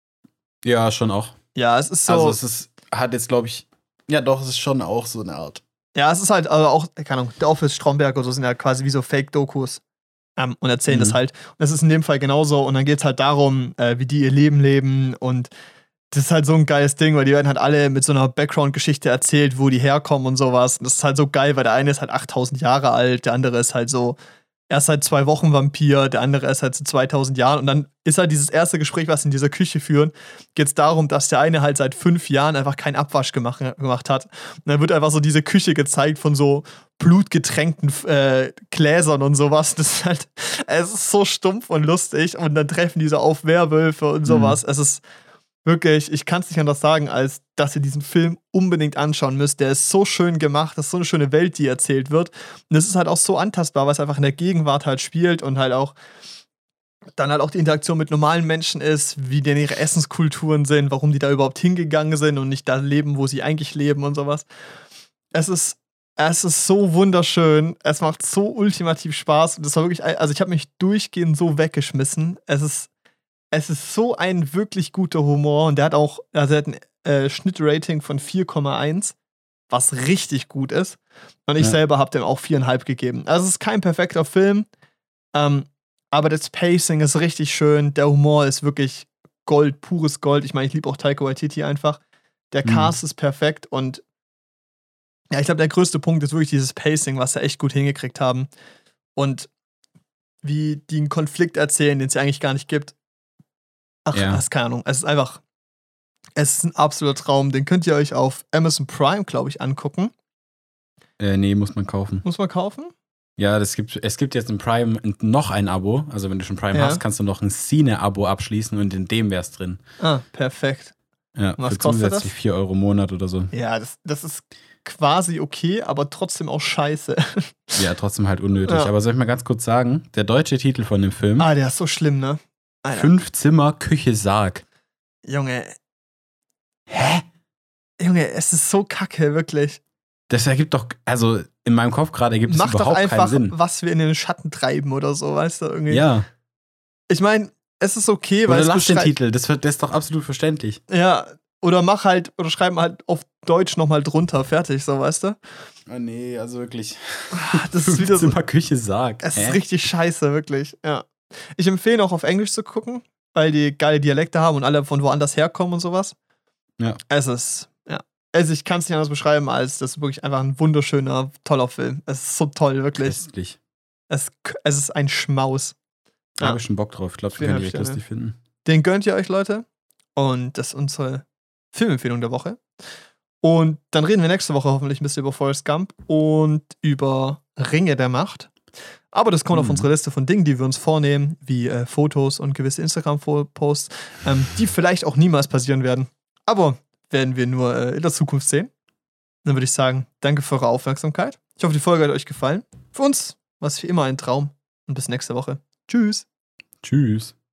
Ja, schon auch. Ja, es ist so. Also es ist, hat jetzt, glaube ich, ja doch, es ist schon auch so eine Art. Ja, es ist halt also auch, keine Ahnung, The Office, Stromberg oder so sind ja quasi wie so Fake-Dokus ähm, und erzählen Mhm. das halt. Und das ist in dem Fall genauso. Und dann geht es halt darum, äh, wie die ihr Leben leben. Und das ist halt so ein geiles Ding, weil die werden halt alle mit so einer Background-Geschichte erzählt, wo die herkommen und sowas. Und das ist halt so geil, weil der eine ist halt achttausend Jahre alt, der andere ist halt so, er ist halt zwei Wochen Vampir, der andere ist halt so zweitausend Jahren. Und dann ist halt dieses erste Gespräch, was sie in dieser Küche führen, geht es darum, dass der eine halt seit fünf Jahren einfach keinen Abwasch gemacht, gemacht hat. Und dann wird einfach so diese Küche gezeigt von so blutgetränkten äh, Gläsern und sowas. Das ist halt, es ist so stumpf und lustig. Und dann treffen die so auf Werwölfe und sowas. Mhm. Es ist wirklich, ich kann es nicht anders sagen, als dass ihr diesen Film unbedingt anschauen müsst. Der ist so schön gemacht, das ist so eine schöne Welt, die erzählt wird. Und es ist halt auch so antastbar, weil es einfach in der Gegenwart halt spielt und halt auch dann halt auch die Interaktion mit normalen Menschen ist, wie denn ihre Essenskulturen sind, warum die da überhaupt hingegangen sind und nicht da leben, wo sie eigentlich leben und sowas. Es ist, es ist so wunderschön, es macht so ultimativ Spaß. Und das war wirklich, also ich habe mich durchgehend so weggeschmissen. Es ist Es ist so ein wirklich guter Humor und der hat auch, also er hat ein äh, Schnittrating von vier Komma eins, was richtig gut ist. Und ich Ja. selber habe dem auch vier Komma fünf gegeben. Also es ist kein perfekter Film, ähm, aber das Pacing ist richtig schön, der Humor ist wirklich Gold, pures Gold. Ich meine, ich liebe auch Taika Waititi einfach. Der Mhm. Cast ist perfekt und ja, ich glaube, der größte Punkt ist wirklich dieses Pacing, was sie echt gut hingekriegt haben. Und wie die einen Konflikt erzählen, den es ja eigentlich gar nicht gibt. Ach, Ja. das ist keine Ahnung. Es ist einfach, es ist ein absoluter Traum. Den könnt ihr euch auf Amazon Prime, glaube ich, angucken. Äh, nee, muss man kaufen. Muss man kaufen? Ja, das gibt, es gibt jetzt in Prime noch ein Abo. Also wenn du schon Prime Ja. hast, kannst du noch ein Cine-Abo abschließen und in dem wär's drin. Ah, perfekt. Ja, Was für kostet zusätzlich vier Euro im Monat oder so. Ja, das, das ist quasi okay, aber trotzdem auch scheiße. Ja, trotzdem halt unnötig. Ja. Aber soll ich mal ganz kurz sagen, der deutsche Titel von dem Film, Ah, der ist so schlimm, ne? Alter. Fünf Zimmer, Küche, Sarg. Junge, Hä? Junge, es ist so kacke, wirklich. Das ergibt doch, also in meinem Kopf gerade ergibt es Mach doch überhaupt einfach, keinen Sinn. was wir in den Schatten treiben oder so, weißt du? Irgendwie. Ja, Ich meine, es ist okay, weil oder es lass den beschreibt- Titel, das, wird- das ist doch absolut verständlich. Ja, oder mach halt, oder schreib mal halt auf Deutsch nochmal drunter, fertig, so, weißt du? Oh nee, also wirklich. Das ist Fünf wieder so, Zimmer, Küche, Sarg. es Hä? ist richtig scheiße, wirklich, ja. Ich empfehle auch auf Englisch zu gucken, weil die geile Dialekte haben und alle von woanders herkommen und sowas. Ja. Es ist, ja. Also ich kann es nicht anders beschreiben, als das ist wirklich einfach ein wunderschöner, toller Film. Es ist so toll, wirklich. Köstlich. Es, es ist ein Schmaus. Da Ja. habe ich schon Bock drauf. Ich glaube, den Vielen könnt ihr echt Dank, lustig finden. Den gönnt ihr euch, Leute. Und das ist unsere Filmempfehlung der Woche. Und dann reden wir nächste Woche hoffentlich ein bisschen über Forrest Gump und über Ringe der Macht. Aber das kommt auf Mhm. unsere Liste von Dingen, die wir uns vornehmen, wie äh, Fotos und gewisse Instagram-Posts, ähm, die vielleicht auch niemals passieren werden. Aber werden wir nur äh, in der Zukunft sehen. Dann würde ich sagen, danke für eure Aufmerksamkeit. Ich hoffe, die Folge hat euch gefallen. Für uns war es wie immer ein Traum. Und bis nächste Woche. Tschüss. Tschüss.